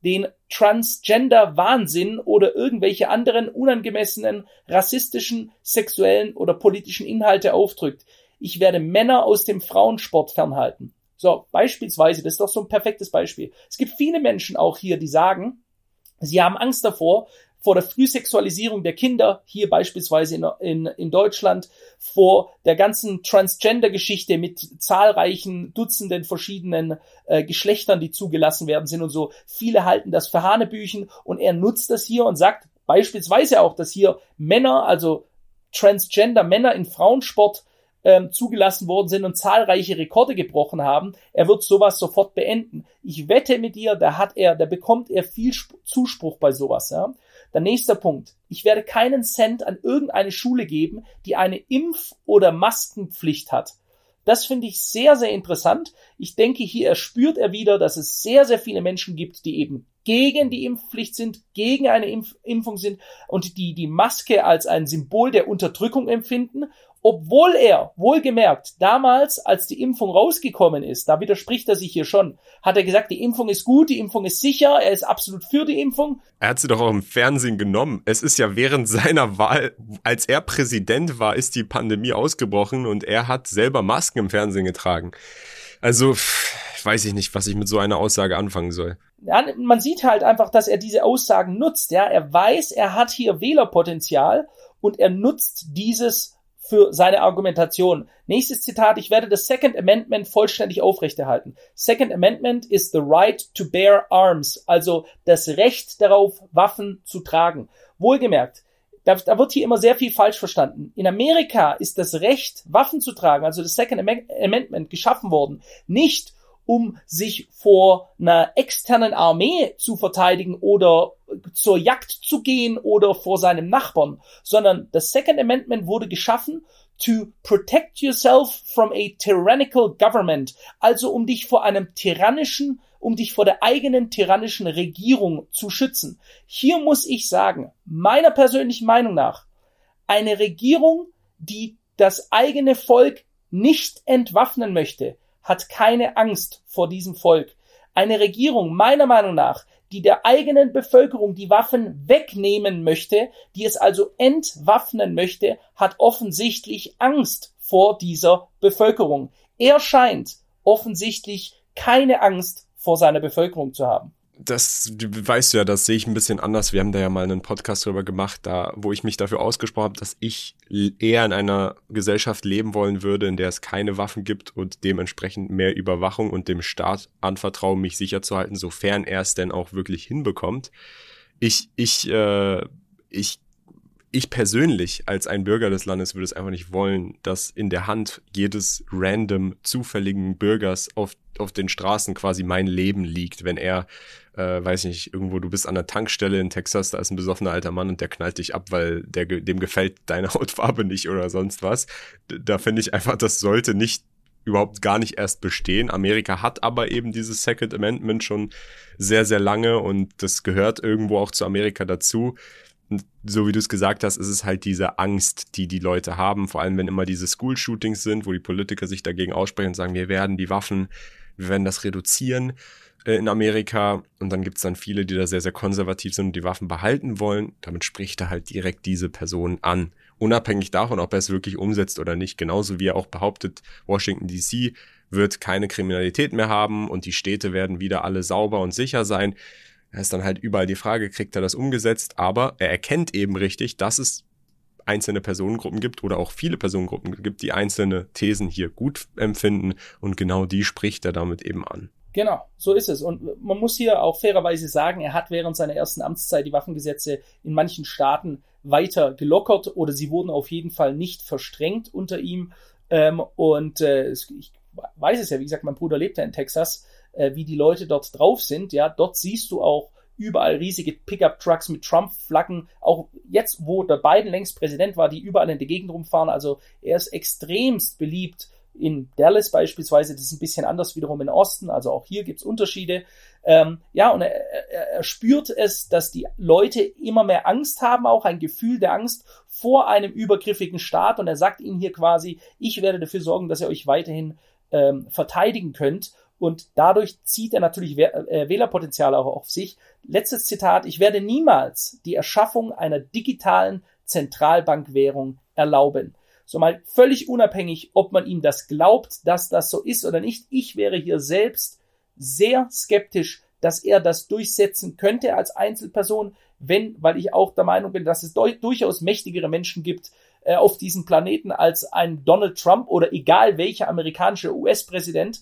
den Transgender-Wahnsinn oder irgendwelche anderen unangemessenen, rassistischen, sexuellen oder politischen Inhalte aufdrückt. Ich werde Männer aus dem Frauensport fernhalten. So, beispielsweise, das ist doch so ein perfektes Beispiel. Es gibt viele Menschen auch hier, die sagen, sie haben Angst davor, vor der Frühsexualisierung der Kinder, hier beispielsweise in Deutschland, vor der ganzen Transgender-Geschichte mit zahlreichen Dutzenden verschiedenen Geschlechtern, die zugelassen werden sind und so. Viele halten das für Hanebüchen und er nutzt das hier und sagt beispielsweise auch, dass hier Männer, also Transgender-Männer in Frauensport zugelassen worden sind und zahlreiche Rekorde gebrochen haben. Er wird sowas sofort beenden. Ich wette mit dir, da bekommt er viel Zuspruch bei sowas, ja. Der nächste Punkt. Ich werde keinen Cent an irgendeine Schule geben, die eine Impf- oder Maskenpflicht hat. Das finde ich sehr, sehr interessant. Ich denke, hier spürt er wieder, dass es sehr, sehr viele Menschen gibt, die eben gegen die Impfpflicht sind, gegen eine Impfung sind und die Maske als ein Symbol der Unterdrückung empfinden, obwohl er, wohlgemerkt, damals, als die Impfung rausgekommen ist, da widerspricht er sich hier schon, hat er gesagt, die Impfung ist gut, die Impfung ist sicher, er ist absolut für die Impfung. Er hat sie doch auch im Fernsehen genommen. Es ist ja während seiner Wahl, als er Präsident war, ist die Pandemie ausgebrochen und er hat selber Masken im Fernsehen getragen. Also, weiß ich nicht, was ich mit so einer Aussage anfangen soll. Ja, man sieht halt einfach, dass er diese Aussagen nutzt. Ja, er weiß, er hat hier Wählerpotenzial und er nutzt dieses für seine Argumentation. Nächstes Zitat, ich werde das Second Amendment vollständig aufrechterhalten. Second Amendment is the right to bear arms, also das Recht darauf, Waffen zu tragen. Wohlgemerkt, da wird hier immer sehr viel falsch verstanden. In Amerika ist das Recht, Waffen zu tragen, also das Second Amendment, geschaffen worden, nicht um sich vor einer externen Armee zu verteidigen oder zur Jagd zu gehen oder vor seinem Nachbarn, sondern das Second Amendment wurde geschaffen to protect yourself from a tyrannical government, also um dich vor der eigenen tyrannischen Regierung zu schützen. Hier muss ich sagen, meiner persönlichen Meinung nach, eine Regierung, die das eigene Volk nicht entwaffnen möchte, hat keine Angst vor diesem Volk. Eine Regierung, meiner Meinung nach, die der eigenen Bevölkerung die Waffen wegnehmen möchte, die es also entwaffnen möchte, hat offensichtlich Angst vor dieser Bevölkerung. Er scheint offensichtlich keine Angst vor seiner Bevölkerung zu haben. Das weißt du ja, das sehe ich ein bisschen anders. Wir haben da ja mal einen Podcast drüber gemacht, wo ich mich dafür ausgesprochen habe, dass ich eher in einer Gesellschaft leben wollen würde, in der es keine Waffen gibt und dementsprechend mehr Überwachung und dem Staat anvertraue, mich sicher zu halten, sofern er es denn auch wirklich hinbekommt. Ich persönlich als ein Bürger des Landes würde es einfach nicht wollen, dass in der Hand jedes random zufälligen Bürgers auf den Straßen quasi mein Leben liegt, wenn er, weiß nicht, irgendwo du bist an der Tankstelle in Texas, da ist ein besoffener alter Mann und der knallt dich ab, weil dem gefällt deine Hautfarbe nicht oder sonst was. Da finde ich einfach, das sollte überhaupt gar nicht erst bestehen. Amerika hat aber eben dieses Second Amendment schon sehr, sehr lange und das gehört irgendwo auch zu Amerika dazu. Und so wie du es gesagt hast, ist es halt diese Angst, die Leute haben, vor allem wenn immer diese School-Shootings sind, wo die Politiker sich dagegen aussprechen und sagen, wir werden das reduzieren in Amerika. Und dann gibt es dann viele, die da sehr, sehr konservativ sind und die Waffen behalten wollen. Damit spricht er halt direkt diese Person an. Unabhängig davon, ob er es wirklich umsetzt oder nicht. Genauso wie er auch behauptet, Washington DC wird keine Kriminalität mehr haben und die Städte werden wieder alle sauber und sicher sein. Da ist dann halt überall die Frage, kriegt er das umgesetzt? Aber er erkennt eben richtig, dass es einzelne Personengruppen gibt oder auch viele Personengruppen gibt, die einzelne Thesen hier gut empfinden und genau die spricht er damit eben an. Genau, so ist es. Und man muss hier auch fairerweise sagen, er hat während seiner ersten Amtszeit die Waffengesetze in manchen Staaten weiter gelockert oder sie wurden auf jeden Fall nicht verstrengt unter ihm. Ich weiß es ja, wie gesagt, mein Bruder lebt ja in Texas, wie die Leute dort drauf sind. Ja, dort siehst du auch überall riesige Pickup-Trucks mit Trump-Flaggen, auch jetzt, wo der Biden längst Präsident war, die überall in der Gegend rumfahren. Also er ist extremst beliebt in Dallas beispielsweise. Das ist ein bisschen anders wiederum in Austin, also auch hier gibt's Unterschiede. Und er spürt es, dass die Leute immer mehr Angst haben, auch ein Gefühl der Angst vor einem übergriffigen Staat. Und er sagt ihnen hier quasi, ich werde dafür sorgen, dass ihr euch weiterhin verteidigen könnt. Und dadurch zieht er natürlich Wählerpotenzial auch auf sich. Letztes Zitat: Ich werde niemals die Erschaffung einer digitalen Zentralbankwährung erlauben. So mal völlig unabhängig, ob man ihm das glaubt, dass das so ist oder nicht. Ich wäre hier selbst sehr skeptisch, dass er das durchsetzen könnte als Einzelperson, weil ich auch der Meinung bin, dass es durchaus mächtigere Menschen gibt auf diesem Planeten als ein Donald Trump oder egal welcher amerikanische US-Präsident.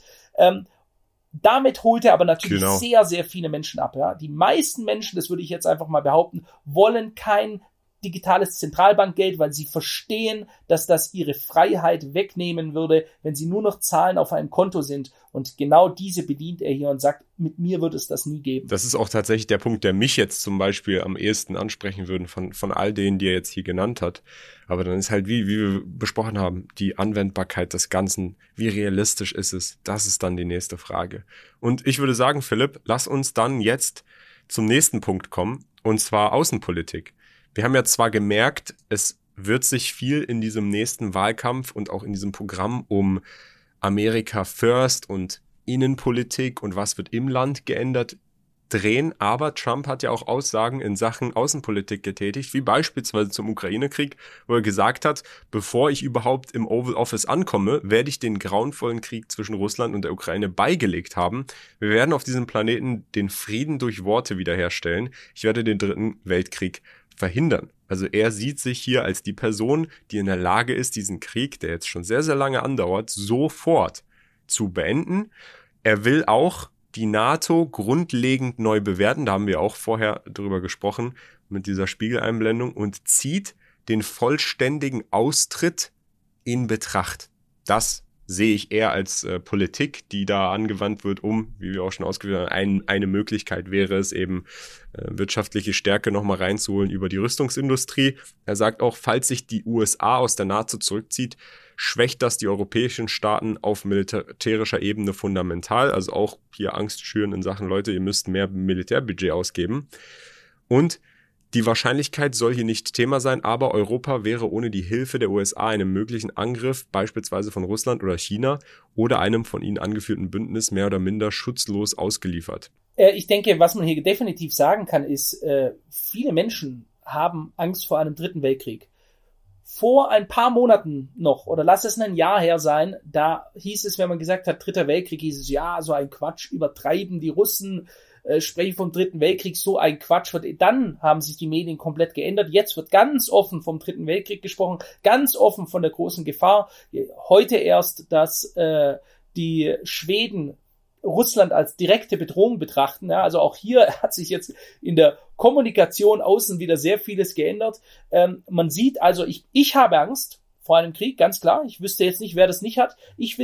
Damit holt er aber natürlich sehr, sehr viele Menschen ab. Ja. Die meisten Menschen, das würde ich jetzt einfach mal behaupten, wollen kein digitales Zentralbankgeld, weil sie verstehen, dass das ihre Freiheit wegnehmen würde, wenn sie nur noch Zahlen auf einem Konto sind. Und genau diese bedient er hier und sagt, mit mir wird es das nie geben. Das ist auch tatsächlich der Punkt, der mich jetzt zum Beispiel am ehesten ansprechen würde von all denen, die er jetzt hier genannt hat. Aber dann ist halt, wie wir besprochen haben, die Anwendbarkeit des Ganzen. Wie realistisch ist es? Das ist dann die nächste Frage. Und ich würde sagen, Philipp, lass uns dann jetzt zum nächsten Punkt kommen, und zwar Außenpolitik. Wir haben ja zwar gemerkt, es wird sich viel in diesem nächsten Wahlkampf und auch in diesem Programm um America First und Innenpolitik und was wird im Land geändert drehen, aber Trump hat ja auch Aussagen in Sachen Außenpolitik getätigt, wie beispielsweise zum Ukraine-Krieg, wo er gesagt hat, bevor ich überhaupt im Oval Office ankomme, werde ich den grauenvollen Krieg zwischen Russland und der Ukraine beigelegt haben. Wir werden auf diesem Planeten den Frieden durch Worte wiederherstellen. Ich werde den 3. Weltkrieg verhindern. Also er sieht sich hier als die Person, die in der Lage ist, diesen Krieg, der jetzt schon sehr, sehr lange andauert, sofort zu beenden. Er will auch die NATO grundlegend neu bewerten, da haben wir auch vorher drüber gesprochen, mit dieser Spiegeleinblendung, und zieht den vollständigen Austritt in Betracht. Das sehe ich eher als Politik, die da angewandt wird, wie wir auch schon ausgeführt haben, eine Möglichkeit wäre es eben, wirtschaftliche Stärke nochmal reinzuholen über die Rüstungsindustrie. Er sagt auch, falls sich die USA aus der NATO zurückzieht, schwächt das die europäischen Staaten auf militärischer Ebene fundamental. Also auch hier Angst schüren in Sachen, Leute, ihr müsst mehr Militärbudget ausgeben. Und die Wahrscheinlichkeit soll hier nicht Thema sein, aber Europa wäre ohne die Hilfe der USA einem möglichen Angriff, beispielsweise von Russland oder China oder einem von ihnen angeführten Bündnis mehr oder minder schutzlos ausgeliefert. Ich denke, was man hier definitiv sagen kann, ist, viele Menschen haben Angst vor einem 3. Weltkrieg. Vor ein paar Monaten noch, oder lass es ein Jahr her sein, da hieß es, wenn man gesagt hat, 3. Weltkrieg, hieß es, ja, so ein Quatsch, übertreiben die Russen, sprechen vom 3. Weltkrieg, so ein Quatsch. Dann haben sich die Medien komplett geändert. Jetzt wird ganz offen vom 3. Weltkrieg gesprochen, ganz offen von der großen Gefahr. Heute erst, dass die Schweden Russland als direkte Bedrohung betrachten. Ja, also auch hier hat sich jetzt in der Kommunikation außen wieder sehr vieles geändert. Man sieht also, ich habe Angst vor einem Krieg, ganz klar. Ich wüsste jetzt nicht, wer das nicht hat. Ich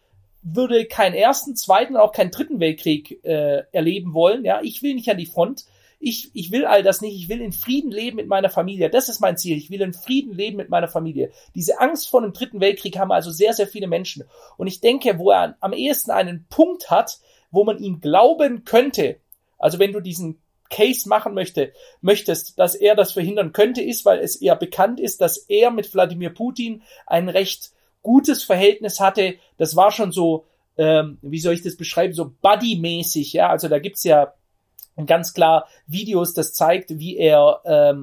würde keinen 1., 2. und auch keinen 3. Weltkrieg erleben wollen. Ja, ich will nicht an die Front. Ich will all das nicht. Ich will in Frieden leben mit meiner Familie. Das ist mein Ziel. Ich will in Frieden leben mit meiner Familie. Diese Angst vor einem 3. Weltkrieg haben also sehr, sehr viele Menschen. Und ich denke, wo er am ehesten einen Punkt hat, wo man ihm glauben könnte, also wenn du diesen Case machen möchtest, dass er das verhindern könnte, ist, weil es eher bekannt ist, dass er mit Wladimir Putin ein recht gutes Verhältnis hatte. Das war schon so, wie soll ich das beschreiben, so Buddy-mäßig, ja, also da gibt's ja ganz klar Videos, das zeigt, wie er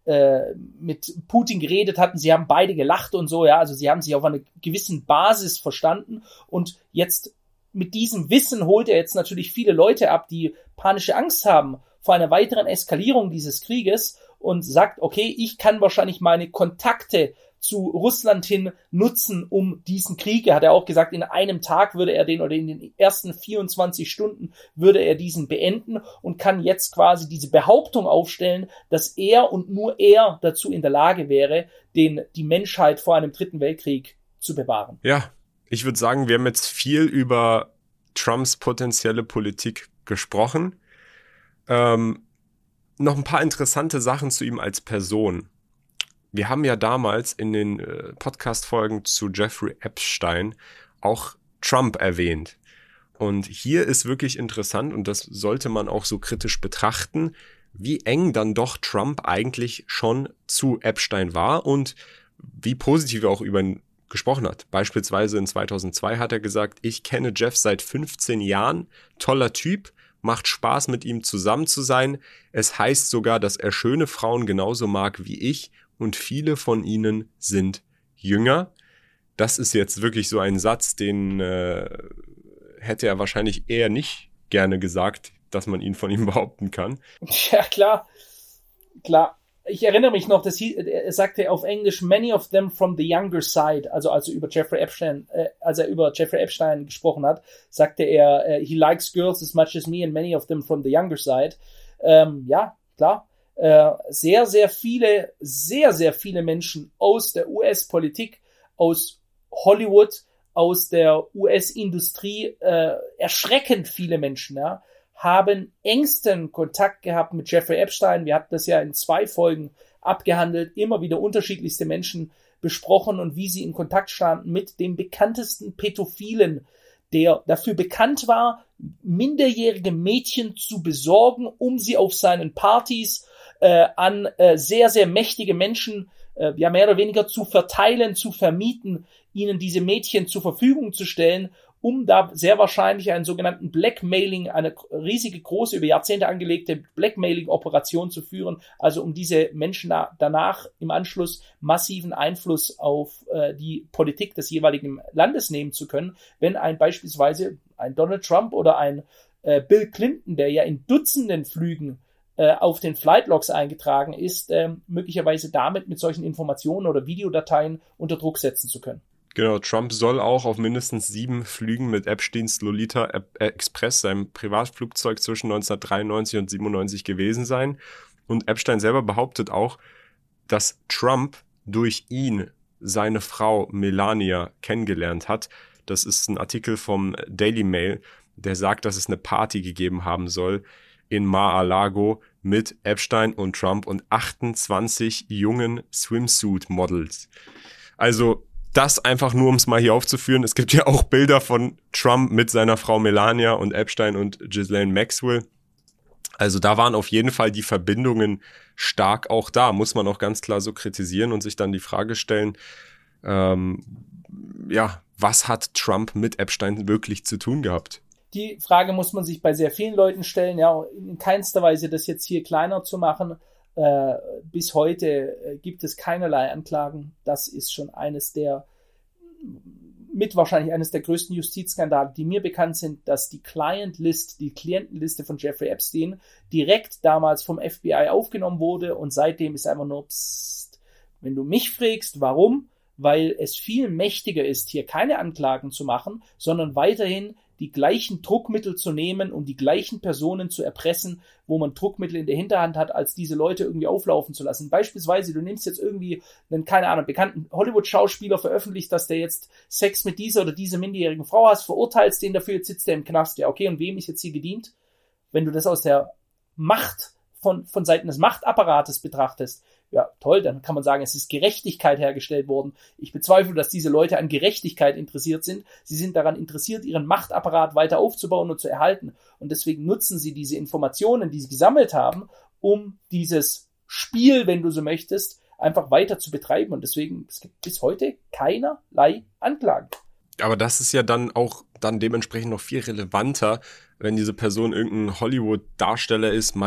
mit Putin geredet hat und sie haben beide gelacht und so, ja, also sie haben sich auf einer gewissen Basis verstanden und jetzt mit diesem Wissen holt er jetzt natürlich viele Leute ab, die panische Angst haben vor einer weiteren Eskalierung dieses Krieges und sagt, okay, ich kann wahrscheinlich meine Kontakte zu Russland hin nutzen, um diesen Krieg. Er hat ja auch gesagt, in einem Tag würde er den, oder in den ersten 24 Stunden würde er diesen beenden und kann jetzt quasi diese Behauptung aufstellen, dass er und nur er dazu in der Lage wäre, die Menschheit vor einem 3. Weltkrieg zu bewahren. Ja, ich würde sagen, wir haben jetzt viel über Trumps potenzielle Politik gesprochen. Noch ein paar interessante Sachen zu ihm als Person. Wir haben ja damals in den Podcast-Folgen zu Jeffrey Epstein auch Trump erwähnt. Und hier ist wirklich interessant, und das sollte man auch so kritisch betrachten, wie eng dann doch Trump eigentlich schon zu Epstein war und wie positiv er auch über ihn gesprochen hat. Beispielsweise in 2002 hat er gesagt, ich kenne Jeff seit 15 Jahren, toller Typ, macht Spaß mit ihm zusammen zu sein. Es heißt sogar, dass er schöne Frauen genauso mag wie ich und viele von ihnen sind jünger. Das ist jetzt wirklich so ein Satz, den hätte er wahrscheinlich eher nicht gerne gesagt, dass man ihn von ihm behaupten kann. Ja, klar. Ich erinnere mich noch, er sagte auf Englisch, many of them from the younger side, also über Jeffrey Epstein, als er über Jeffrey Epstein gesprochen hat, sagte er, he likes girls as much as me and many of them from the younger side. Ja, klar. Sehr, sehr viele Menschen aus der US-Politik, aus Hollywood, aus der US-Industrie, erschreckend viele Menschen, ja, haben engsten Kontakt gehabt mit Jeffrey Epstein. Wir hatten das ja in 2 Folgen abgehandelt, immer wieder unterschiedlichste Menschen besprochen und wie sie in Kontakt standen mit dem bekanntesten Pädophilen, der dafür bekannt war, minderjährige Mädchen zu besorgen, um sie auf seinen Partys an sehr, sehr mächtige Menschen ja mehr oder weniger zu verteilen, zu vermieten, ihnen diese Mädchen zur Verfügung zu stellen, um da sehr wahrscheinlich einen sogenannten Blackmailing, eine riesige, große, über Jahrzehnte angelegte Blackmailing-Operation zu führen, also um diese Menschen danach im Anschluss massiven Einfluss auf die Politik des jeweiligen Landes nehmen zu können, wenn beispielsweise ein Donald Trump oder ein Bill Clinton, der ja in Dutzenden Flügen auf den Flightlogs eingetragen ist, möglicherweise damit mit solchen Informationen oder Videodateien unter Druck setzen zu können. Genau, Trump soll auch auf mindestens 7 Flügen mit Epsteins Lolita Express, seinem Privatflugzeug, zwischen 1993 und 97 gewesen sein. Und Epstein selber behauptet auch, dass Trump durch ihn seine Frau Melania kennengelernt hat. Das ist ein Artikel vom Daily Mail, der sagt, dass es eine Party gegeben haben soll in Mar-a-Lago mit Epstein und Trump und 28 jungen Swimsuit-Models. Also das einfach nur, um es mal hier aufzuführen. Es gibt ja auch Bilder von Trump mit seiner Frau Melania und Epstein und Ghislaine Maxwell. Also da waren auf jeden Fall die Verbindungen stark auch da. Muss man auch ganz klar so kritisieren und sich dann die Frage stellen, was hat Trump mit Epstein wirklich zu tun gehabt? Die Frage muss man sich bei sehr vielen Leuten stellen, ja, in keinster Weise das jetzt hier kleiner zu machen. Bis heute gibt es keinerlei Anklagen. Das ist schon wahrscheinlich eines der größten Justizskandale, die mir bekannt sind, dass die Klientenliste von Jeffrey Epstein direkt damals vom FBI aufgenommen wurde und seitdem ist einfach nur psst. Wenn du mich fragst, warum? Weil es viel mächtiger ist, hier keine Anklagen zu machen, sondern weiterhin die gleichen Druckmittel zu nehmen, um die gleichen Personen zu erpressen, wo man Druckmittel in der Hinterhand hat, als diese Leute irgendwie auflaufen zu lassen. Beispielsweise, du nimmst jetzt irgendwie einen, keine Ahnung, bekannten Hollywood-Schauspieler, veröffentlicht, dass der jetzt Sex mit dieser oder dieser minderjährigen Frau hast, verurteilst den dafür, jetzt sitzt der im Knast. Ja, okay, und wem ist jetzt hier gedient? Wenn du das aus der Macht von Seiten des Machtapparates betrachtest, ja, toll, dann kann man sagen, es ist Gerechtigkeit hergestellt worden. Ich bezweifle, dass diese Leute an Gerechtigkeit interessiert sind. Sie sind daran interessiert, ihren Machtapparat weiter aufzubauen und zu erhalten. Und deswegen nutzen sie diese Informationen, die sie gesammelt haben, um dieses Spiel, wenn du so möchtest, einfach weiter zu betreiben. Und deswegen, es gibt bis heute keinerlei Anklagen. Aber das ist ja dann auch dementsprechend noch viel relevanter, wenn diese Person irgendein Hollywood-Darsteller ist,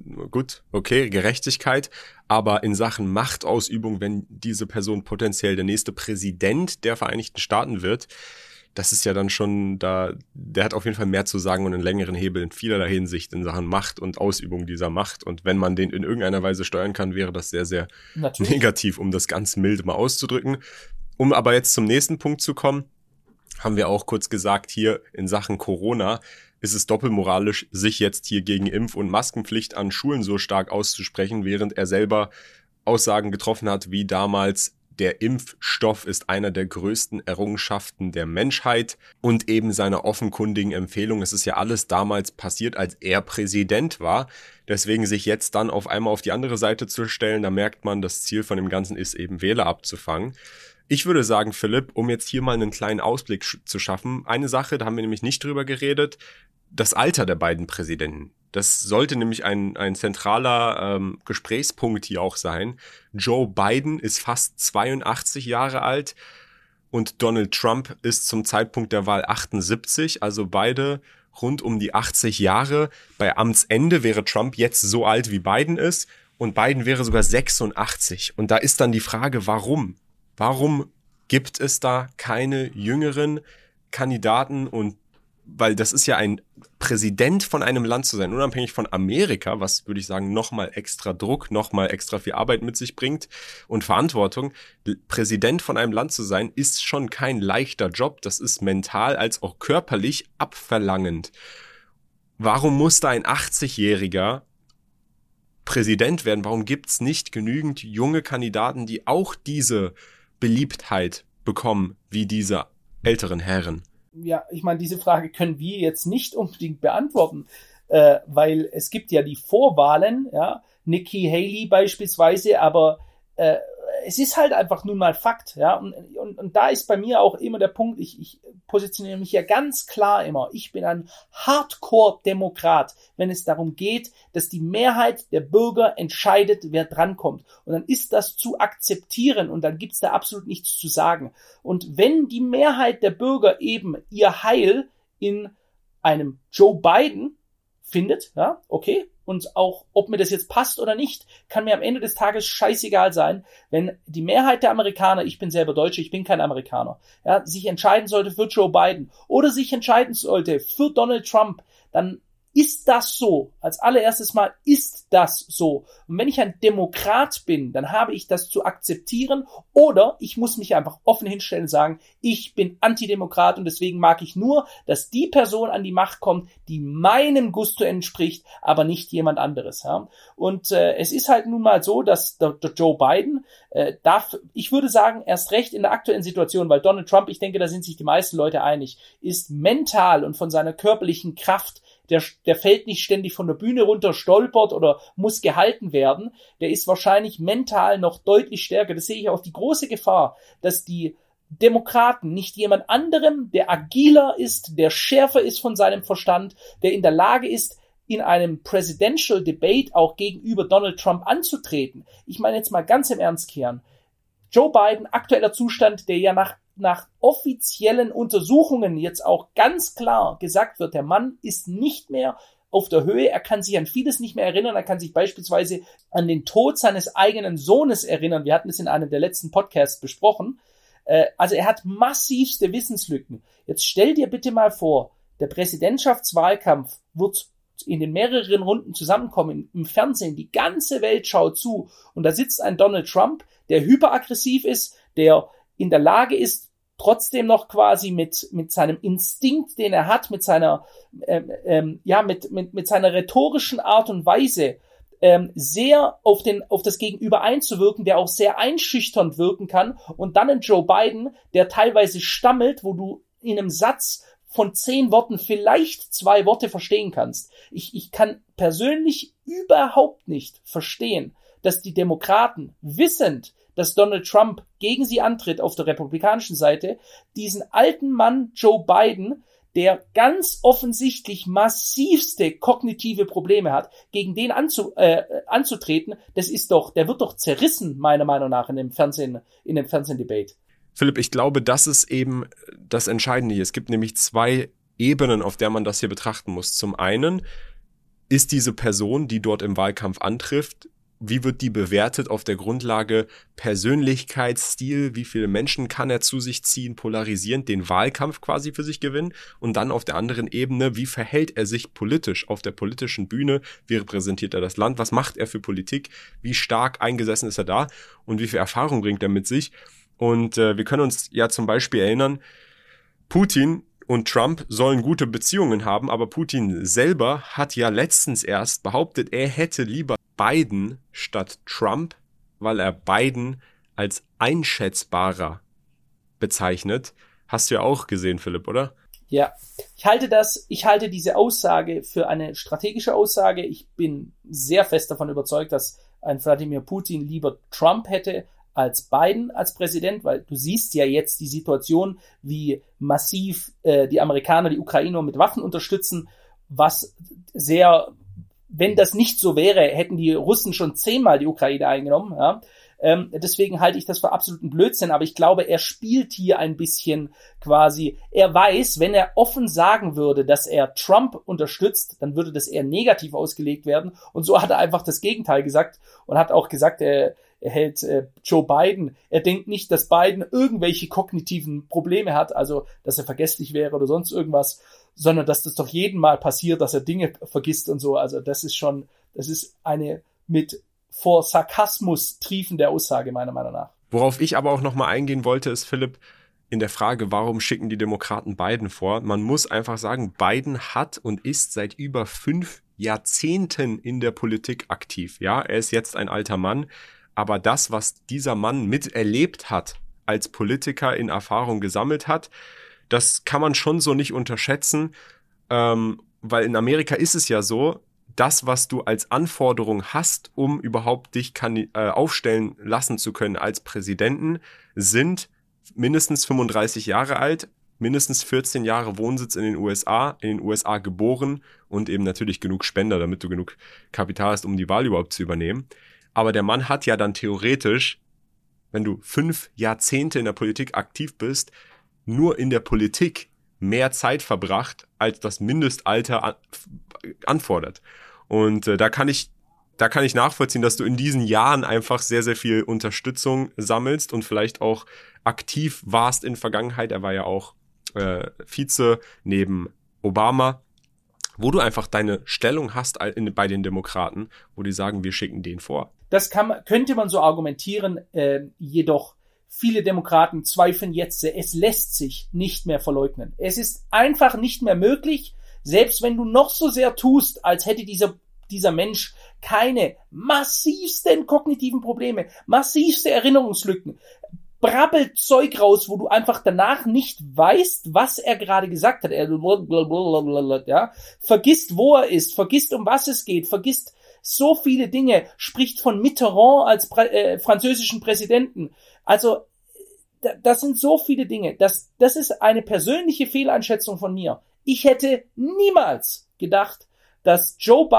Gerechtigkeit, aber in Sachen Machtausübung, wenn diese Person potenziell der nächste Präsident der Vereinigten Staaten wird, das ist ja dann schon der hat auf jeden Fall mehr zu sagen und einen längeren Hebel in vielerlei Hinsicht in Sachen Macht und Ausübung dieser Macht. Und wenn man den in irgendeiner Weise steuern kann, wäre das sehr, sehr negativ, um das ganz mild mal auszudrücken. Um aber jetzt zum nächsten Punkt zu kommen, haben wir auch kurz gesagt, hier in Sachen Corona ist es doppelmoralisch, sich jetzt hier gegen Impf- und Maskenpflicht an Schulen so stark auszusprechen, während er selber Aussagen getroffen hat, wie damals, der Impfstoff ist einer der größten Errungenschaften der Menschheit und eben seine offenkundigen Empfehlungen. Es ist ja alles damals passiert, als er Präsident war. Deswegen sich jetzt dann auf einmal auf die andere Seite zu stellen, da merkt man, das Ziel von dem Ganzen ist eben Wähler abzufangen. Ich würde sagen, Philipp, um jetzt hier mal einen kleinen Ausblick zu schaffen, eine Sache, da haben wir nämlich nicht drüber geredet, das Alter der beiden Präsidenten. Das sollte nämlich ein zentraler Gesprächspunkt hier auch sein. Joe Biden ist fast 82 Jahre alt und Donald Trump ist zum Zeitpunkt der Wahl 78, also beide rund um die 80 Jahre. Bei Amtsende wäre Trump jetzt so alt, wie Biden ist, und Biden wäre sogar 86. Und da ist dann die Frage, warum? Warum gibt es da keine jüngeren Kandidaten? Und weil das ist ja ein Präsident von einem Land zu sein, unabhängig von Amerika, was, würde ich sagen, nochmal extra Druck, nochmal extra viel Arbeit mit sich bringt und Verantwortung. Präsident von einem Land zu sein, ist schon kein leichter Job. Das ist mental als auch körperlich abverlangend. Warum muss da ein 80-Jähriger Präsident werden? Warum gibt's nicht genügend junge Kandidaten, die auch diese Beliebtheit bekommen, wie diese älteren Herren? Ja, ich meine, diese Frage können wir jetzt nicht unbedingt beantworten, weil es gibt ja die Vorwahlen, ja, Nikki Haley beispielsweise, aber es ist halt einfach nun mal Fakt, ja, und da ist bei mir auch immer der Punkt, ich positioniere mich ja ganz klar immer, ich bin ein Hardcore-Demokrat, wenn es darum geht, dass die Mehrheit der Bürger entscheidet, wer drankommt, und dann ist das zu akzeptieren und dann gibt's da absolut nichts zu sagen. Und wenn die Mehrheit der Bürger eben ihr Heil in einem Joe Biden findet, ja, okay, und auch, ob mir das jetzt passt oder nicht, kann mir am Ende des Tages scheißegal sein, wenn die Mehrheit der Amerikaner, ich bin selber Deutsche, ich bin kein Amerikaner, ja, sich entscheiden sollte für Joe Biden oder sich entscheiden sollte für Donald Trump, dann ist das so. Als allererstes Mal ist das so. Und wenn ich ein Demokrat bin, dann habe ich das zu akzeptieren, oder ich muss mich einfach offen hinstellen und sagen, ich bin Antidemokrat und deswegen mag ich nur, dass die Person an die Macht kommt, die meinem Gusto entspricht, aber nicht jemand anderes. Ja? Und es ist halt nun mal so, dass der Joe Biden ich würde sagen, erst recht in der aktuellen Situation, weil Donald Trump, ich denke, da sind sich die meisten Leute einig, ist mental und von seiner körperlichen Kraft, der fällt nicht ständig von der Bühne runter, stolpert oder muss gehalten werden. Der ist wahrscheinlich mental noch deutlich stärker. Das sehe ich auch die große Gefahr, dass die Demokraten nicht jemand anderem, der agiler ist, der schärfer ist von seinem Verstand, der in der Lage ist, in einem Presidential Debate auch gegenüber Donald Trump anzutreten. Ich meine jetzt mal ganz im Ernst, Kian. Joe Biden, aktueller Zustand, der ja nach offiziellen Untersuchungen jetzt auch ganz klar gesagt wird, der Mann ist nicht mehr auf der Höhe, er kann sich an vieles nicht mehr erinnern, er kann sich beispielsweise an den Tod seines eigenen Sohnes erinnern, wir hatten es in einem der letzten Podcasts besprochen, also er hat massivste Wissenslücken. Jetzt stell dir bitte mal vor, der Präsidentschaftswahlkampf wird in den mehreren Runden zusammenkommen, im Fernsehen, die ganze Welt schaut zu und da sitzt ein Donald Trump, der hyperaggressiv ist, der in der Lage ist, trotzdem noch quasi mit seinem Instinkt, den er hat, mit seiner mit seiner rhetorischen Art und Weise sehr auf das Gegenüber einzuwirken, der auch sehr einschüchternd wirken kann, und dann ein Joe Biden, der teilweise stammelt, wo du in einem Satz von 10 Worten vielleicht 2 Worte verstehen kannst. Ich kann persönlich überhaupt nicht verstehen, dass die Demokraten, wissend, dass Donald Trump gegen sie antritt auf der republikanischen Seite, diesen alten Mann Joe Biden, der ganz offensichtlich massivste kognitive Probleme hat, gegen den anzutreten, der wird doch zerrissen, meiner Meinung nach, in dem Fernsehen-Debate. Philipp, ich glaube, das ist eben das Entscheidende hier. Es gibt nämlich 2 Ebenen, auf der man das hier betrachten muss. Zum einen ist diese Person, die dort im Wahlkampf antrifft, wie wird die bewertet auf der Grundlage Persönlichkeitsstil, wie viele Menschen kann er zu sich ziehen, polarisierend den Wahlkampf quasi für sich gewinnen, und dann auf der anderen Ebene, wie verhält er sich politisch auf der politischen Bühne, wie repräsentiert er das Land, was macht er für Politik, wie stark eingesessen ist er da und wie viel Erfahrung bringt er mit sich. Und wir können uns ja zum Beispiel erinnern, Putin und Trump sollen gute Beziehungen haben, aber Putin selber hat ja letztens erst behauptet, er hätte lieber Biden statt Trump, weil er Biden als einschätzbarer bezeichnet. Hast du ja auch gesehen, Philipp, oder? Ja, ich halte diese Aussage für eine strategische Aussage. Ich bin sehr fest davon überzeugt, dass ein Wladimir Putin lieber Trump hätte als Biden als Präsident, weil du siehst ja jetzt die Situation, wie massiv die Amerikaner die Ukrainer mit Waffen unterstützen, wenn das nicht so wäre, hätten die Russen schon 10-mal die Ukraine eingenommen. Ja? Deswegen halte ich das für absoluten Blödsinn, aber ich glaube, er spielt hier ein bisschen quasi, er weiß, wenn er offen sagen würde, dass er Trump unterstützt, dann würde das eher negativ ausgelegt werden, und so hat er einfach das Gegenteil gesagt und hat auch gesagt, er hält Joe Biden, er denkt nicht, dass Biden irgendwelche kognitiven Probleme hat, also dass er vergesslich wäre oder sonst irgendwas, sondern dass das doch jeden Mal passiert, dass er Dinge vergisst und so. Also das ist eine mit vor Sarkasmus triefende Aussage meiner Meinung nach. Worauf ich aber auch nochmal eingehen wollte, ist, Philipp, in der Frage, warum schicken die Demokraten Biden vor? Man muss einfach sagen, Biden hat und ist seit über 5 Jahrzehnten in der Politik aktiv. Ja, er ist jetzt ein alter Mann, aber das, was dieser Mann miterlebt hat, als Politiker in Erfahrung gesammelt hat, das kann man schon so nicht unterschätzen, weil in Amerika ist es ja so, das, was du als Anforderung hast, um überhaupt dich aufstellen lassen zu können als Präsidenten, sind mindestens 35 Jahre alt, mindestens 14 Jahre Wohnsitz in den USA geboren und eben natürlich genug Spender, damit du genug Kapital hast, um die Wahl überhaupt zu übernehmen. Aber der Mann hat ja dann theoretisch, wenn du 5 Jahrzehnte in der Politik aktiv bist, nur in der Politik mehr Zeit verbracht, als das Mindestalter anfordert. Und da kann ich nachvollziehen, dass du in diesen Jahren einfach sehr, sehr viel Unterstützung sammelst und vielleicht auch aktiv warst in Vergangenheit. Er war ja auch Vize neben Obama, wo du einfach deine Stellung hast bei den Demokraten, wo die sagen, wir schicken den vor. Das könnte man so argumentieren, jedoch viele Demokraten zweifeln jetzt, es lässt sich nicht mehr verleugnen. Es ist einfach nicht mehr möglich, selbst wenn du noch so sehr tust, als hätte dieser Mensch keine massivsten kognitiven Probleme, massivste Erinnerungslücken, brabbelt Zeug raus, wo du einfach danach nicht weißt, was er gerade gesagt hat. Er ja, vergisst, wo er ist, vergisst, um was es geht, vergisst so viele Dinge, spricht von Mitterrand als französischen Präsidenten. Also, das sind so viele Dinge. Das ist eine persönliche Fehleinschätzung von mir. Ich hätte niemals gedacht, dass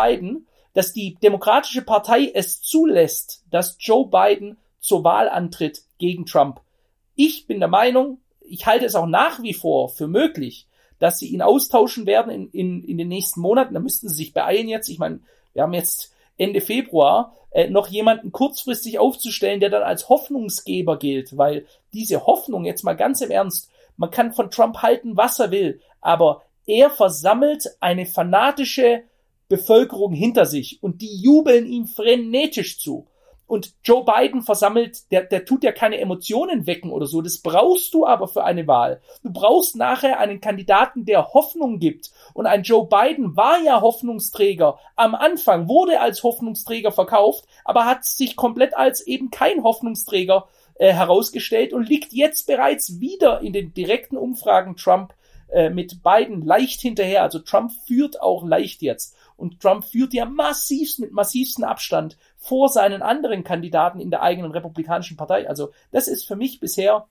die Demokratische Partei es zulässt, dass Joe Biden zur Wahl antritt gegen Trump. Ich bin der Meinung, ich halte es auch nach wie vor für möglich, dass sie ihn austauschen werden in den nächsten Monaten. Da müssten sie sich beeilen jetzt. Ich meine, wir haben jetzt Ende Februar, noch jemanden kurzfristig aufzustellen, der dann als Hoffnungsgeber gilt, weil diese Hoffnung, jetzt mal ganz im Ernst, man kann von Trump halten, was er will, aber er versammelt eine fanatische Bevölkerung hinter sich und die jubeln ihm frenetisch zu. Und Joe Biden versammelt, der tut ja keine Emotionen wecken oder so, das brauchst du aber für eine Wahl. Du brauchst nachher einen Kandidaten, der Hoffnung gibt. Und ein Joe Biden war ja Hoffnungsträger. Am Anfang wurde als Hoffnungsträger verkauft, aber hat sich komplett als eben kein Hoffnungsträger herausgestellt und liegt jetzt bereits wieder in den direkten Umfragen Trump mit Biden leicht hinterher. Also Trump führt auch leicht jetzt. Und Trump führt ja mit massivstem Abstand vor seinen anderen Kandidaten in der eigenen Republikanischen Partei. Also das ist für mich bisher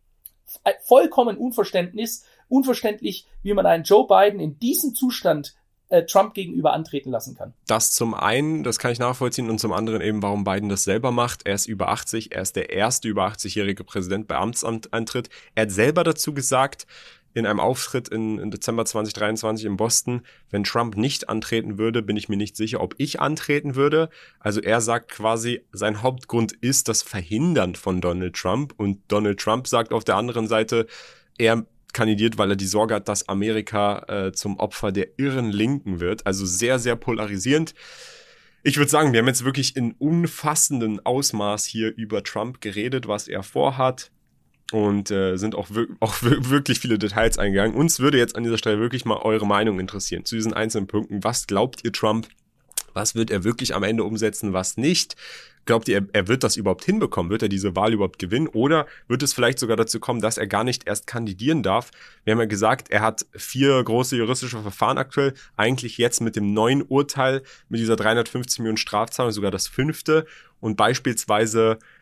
vollkommen unverständlich, wie man einen Joe Biden in diesem Zustand Trump gegenüber antreten lassen kann. Das zum einen, das kann ich nachvollziehen, und zum anderen eben, warum Biden das selber macht. Er ist über 80, er ist der erste über 80-jährige Präsident bei Amtsantritt. Er hat selber dazu gesagt, in einem Auftritt in Dezember 2023 in Boston, wenn Trump nicht antreten würde, bin ich mir nicht sicher, ob ich antreten würde. Also er sagt quasi, sein Hauptgrund ist das Verhindern von Donald Trump. Und Donald Trump sagt auf der anderen Seite, er kandidiert, weil er die Sorge hat, dass Amerika zum Opfer der irren Linken wird. Also sehr, sehr polarisierend. Ich würde sagen, wir haben jetzt wirklich in umfassendem Ausmaß hier über Trump geredet, was er vorhat. Und sind auch wirklich viele Details eingegangen. Uns würde jetzt an dieser Stelle wirklich mal eure Meinung interessieren zu diesen einzelnen Punkten. Was glaubt ihr Trump? Was wird er wirklich am Ende umsetzen, was nicht? Glaubt ihr, er wird das überhaupt hinbekommen? Wird er diese Wahl überhaupt gewinnen? Oder wird es vielleicht sogar dazu kommen, dass er gar nicht erst kandidieren darf? Wir haben ja gesagt, er hat 4 große juristische Verfahren aktuell. Eigentlich jetzt mit dem neuen Urteil, mit dieser 350 Millionen Strafzahlung, sogar das 5. Und beispielsweise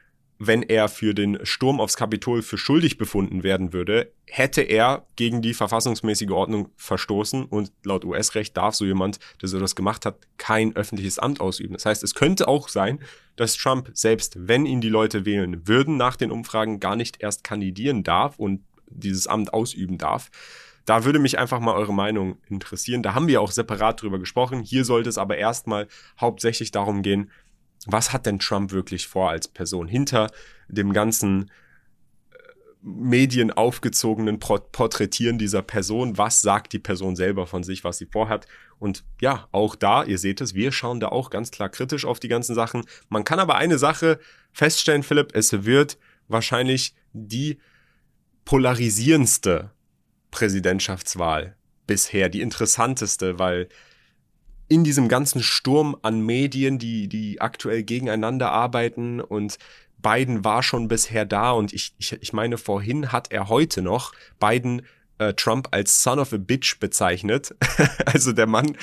wenn er für den Sturm aufs Kapitol für schuldig befunden werden würde, hätte er gegen die verfassungsmäßige Ordnung verstoßen und laut US-Recht darf so jemand, der so das gemacht hat, kein öffentliches Amt ausüben. Das heißt, es könnte auch sein, dass Trump, selbst wenn ihn die Leute wählen würden, nach den Umfragen gar nicht erst kandidieren darf und dieses Amt ausüben darf. Da würde mich einfach mal eure Meinung interessieren. Da haben wir auch separat drüber gesprochen. Hier sollte es aber erstmal hauptsächlich darum gehen, was hat denn Trump wirklich vor als Person? Hinter dem ganzen Medien aufgezogenen Porträtieren dieser Person, was sagt die Person selber von sich, was sie vorhat? Und ja, auch da, ihr seht es, wir schauen da auch ganz klar kritisch auf die ganzen Sachen. Man kann aber eine Sache feststellen, Philipp, es wird wahrscheinlich die polarisierendste Präsidentschaftswahl bisher, die interessanteste, weil in diesem ganzen Sturm an Medien, die aktuell gegeneinander arbeiten und Biden war schon bisher da und ich meine, vorhin hat er heute noch Biden Trump als Son of a Bitch bezeichnet. Also der Mann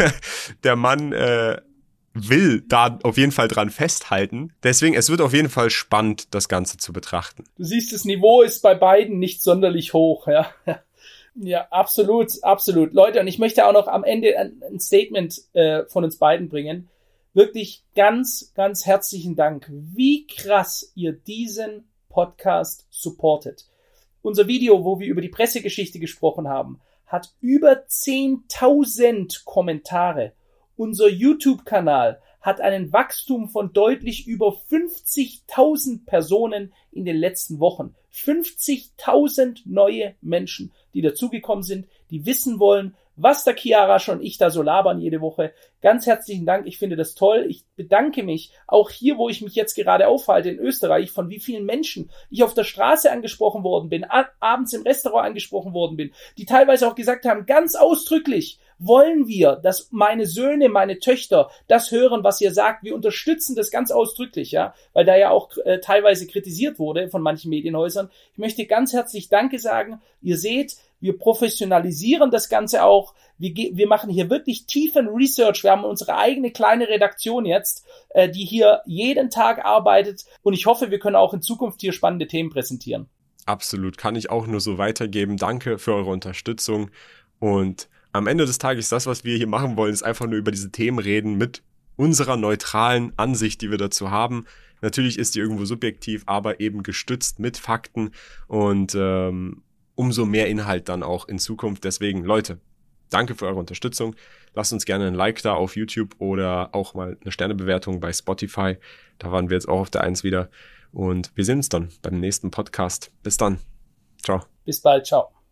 will da auf jeden Fall dran festhalten. Deswegen, es wird auf jeden Fall spannend, das Ganze zu betrachten. Du siehst, das Niveau ist bei Biden nicht sonderlich hoch, ja. Ja, absolut, absolut. Leute, und ich möchte auch noch am Ende ein Statement von uns beiden bringen. Wirklich ganz, ganz herzlichen Dank, wie krass ihr diesen Podcast supportet. Unser Video, wo wir über die Pressegeschichte gesprochen haben, hat über 10.000 Kommentare. Unser YouTube-Kanal hat einen Wachstum von deutlich über 50.000 Personen in den letzten Wochen. 50.000 neue Menschen, die dazugekommen sind, die wissen wollen, was der Chiara und ich da so labern jede Woche. Ganz herzlichen Dank, ich finde das toll. Ich bedanke mich auch hier, wo ich mich jetzt gerade aufhalte in Österreich, von wie vielen Menschen ich auf der Straße angesprochen worden bin, abends im Restaurant angesprochen worden bin, die teilweise auch gesagt haben, ganz ausdrücklich, wollen wir, dass meine Söhne, meine Töchter das hören, was ihr sagt. Wir unterstützen das ganz ausdrücklich, ja, weil da ja auch teilweise kritisiert wurde von manchen Medienhäusern. Ich möchte ganz herzlich Danke sagen. Ihr seht, wir professionalisieren das Ganze auch. Wir machen hier wirklich tiefen Research. Wir haben unsere eigene kleine Redaktion jetzt, die hier jeden Tag arbeitet. Und ich hoffe, wir können auch in Zukunft hier spannende Themen präsentieren. Absolut, kann ich auch nur so weitergeben. Danke für eure Unterstützung. Und am Ende des Tages, das, was wir hier machen wollen, ist einfach nur über diese Themen reden mit unserer neutralen Ansicht, die wir dazu haben. Natürlich ist die irgendwo subjektiv, aber eben gestützt mit Fakten und umso mehr Inhalt dann auch in Zukunft. Deswegen, Leute, danke für eure Unterstützung. Lasst uns gerne ein Like da auf YouTube oder auch mal eine Sternebewertung bei Spotify. Da waren wir jetzt auch auf der 1 wieder. Und wir sehen uns dann beim nächsten Podcast. Bis dann. Ciao. Bis bald. Ciao.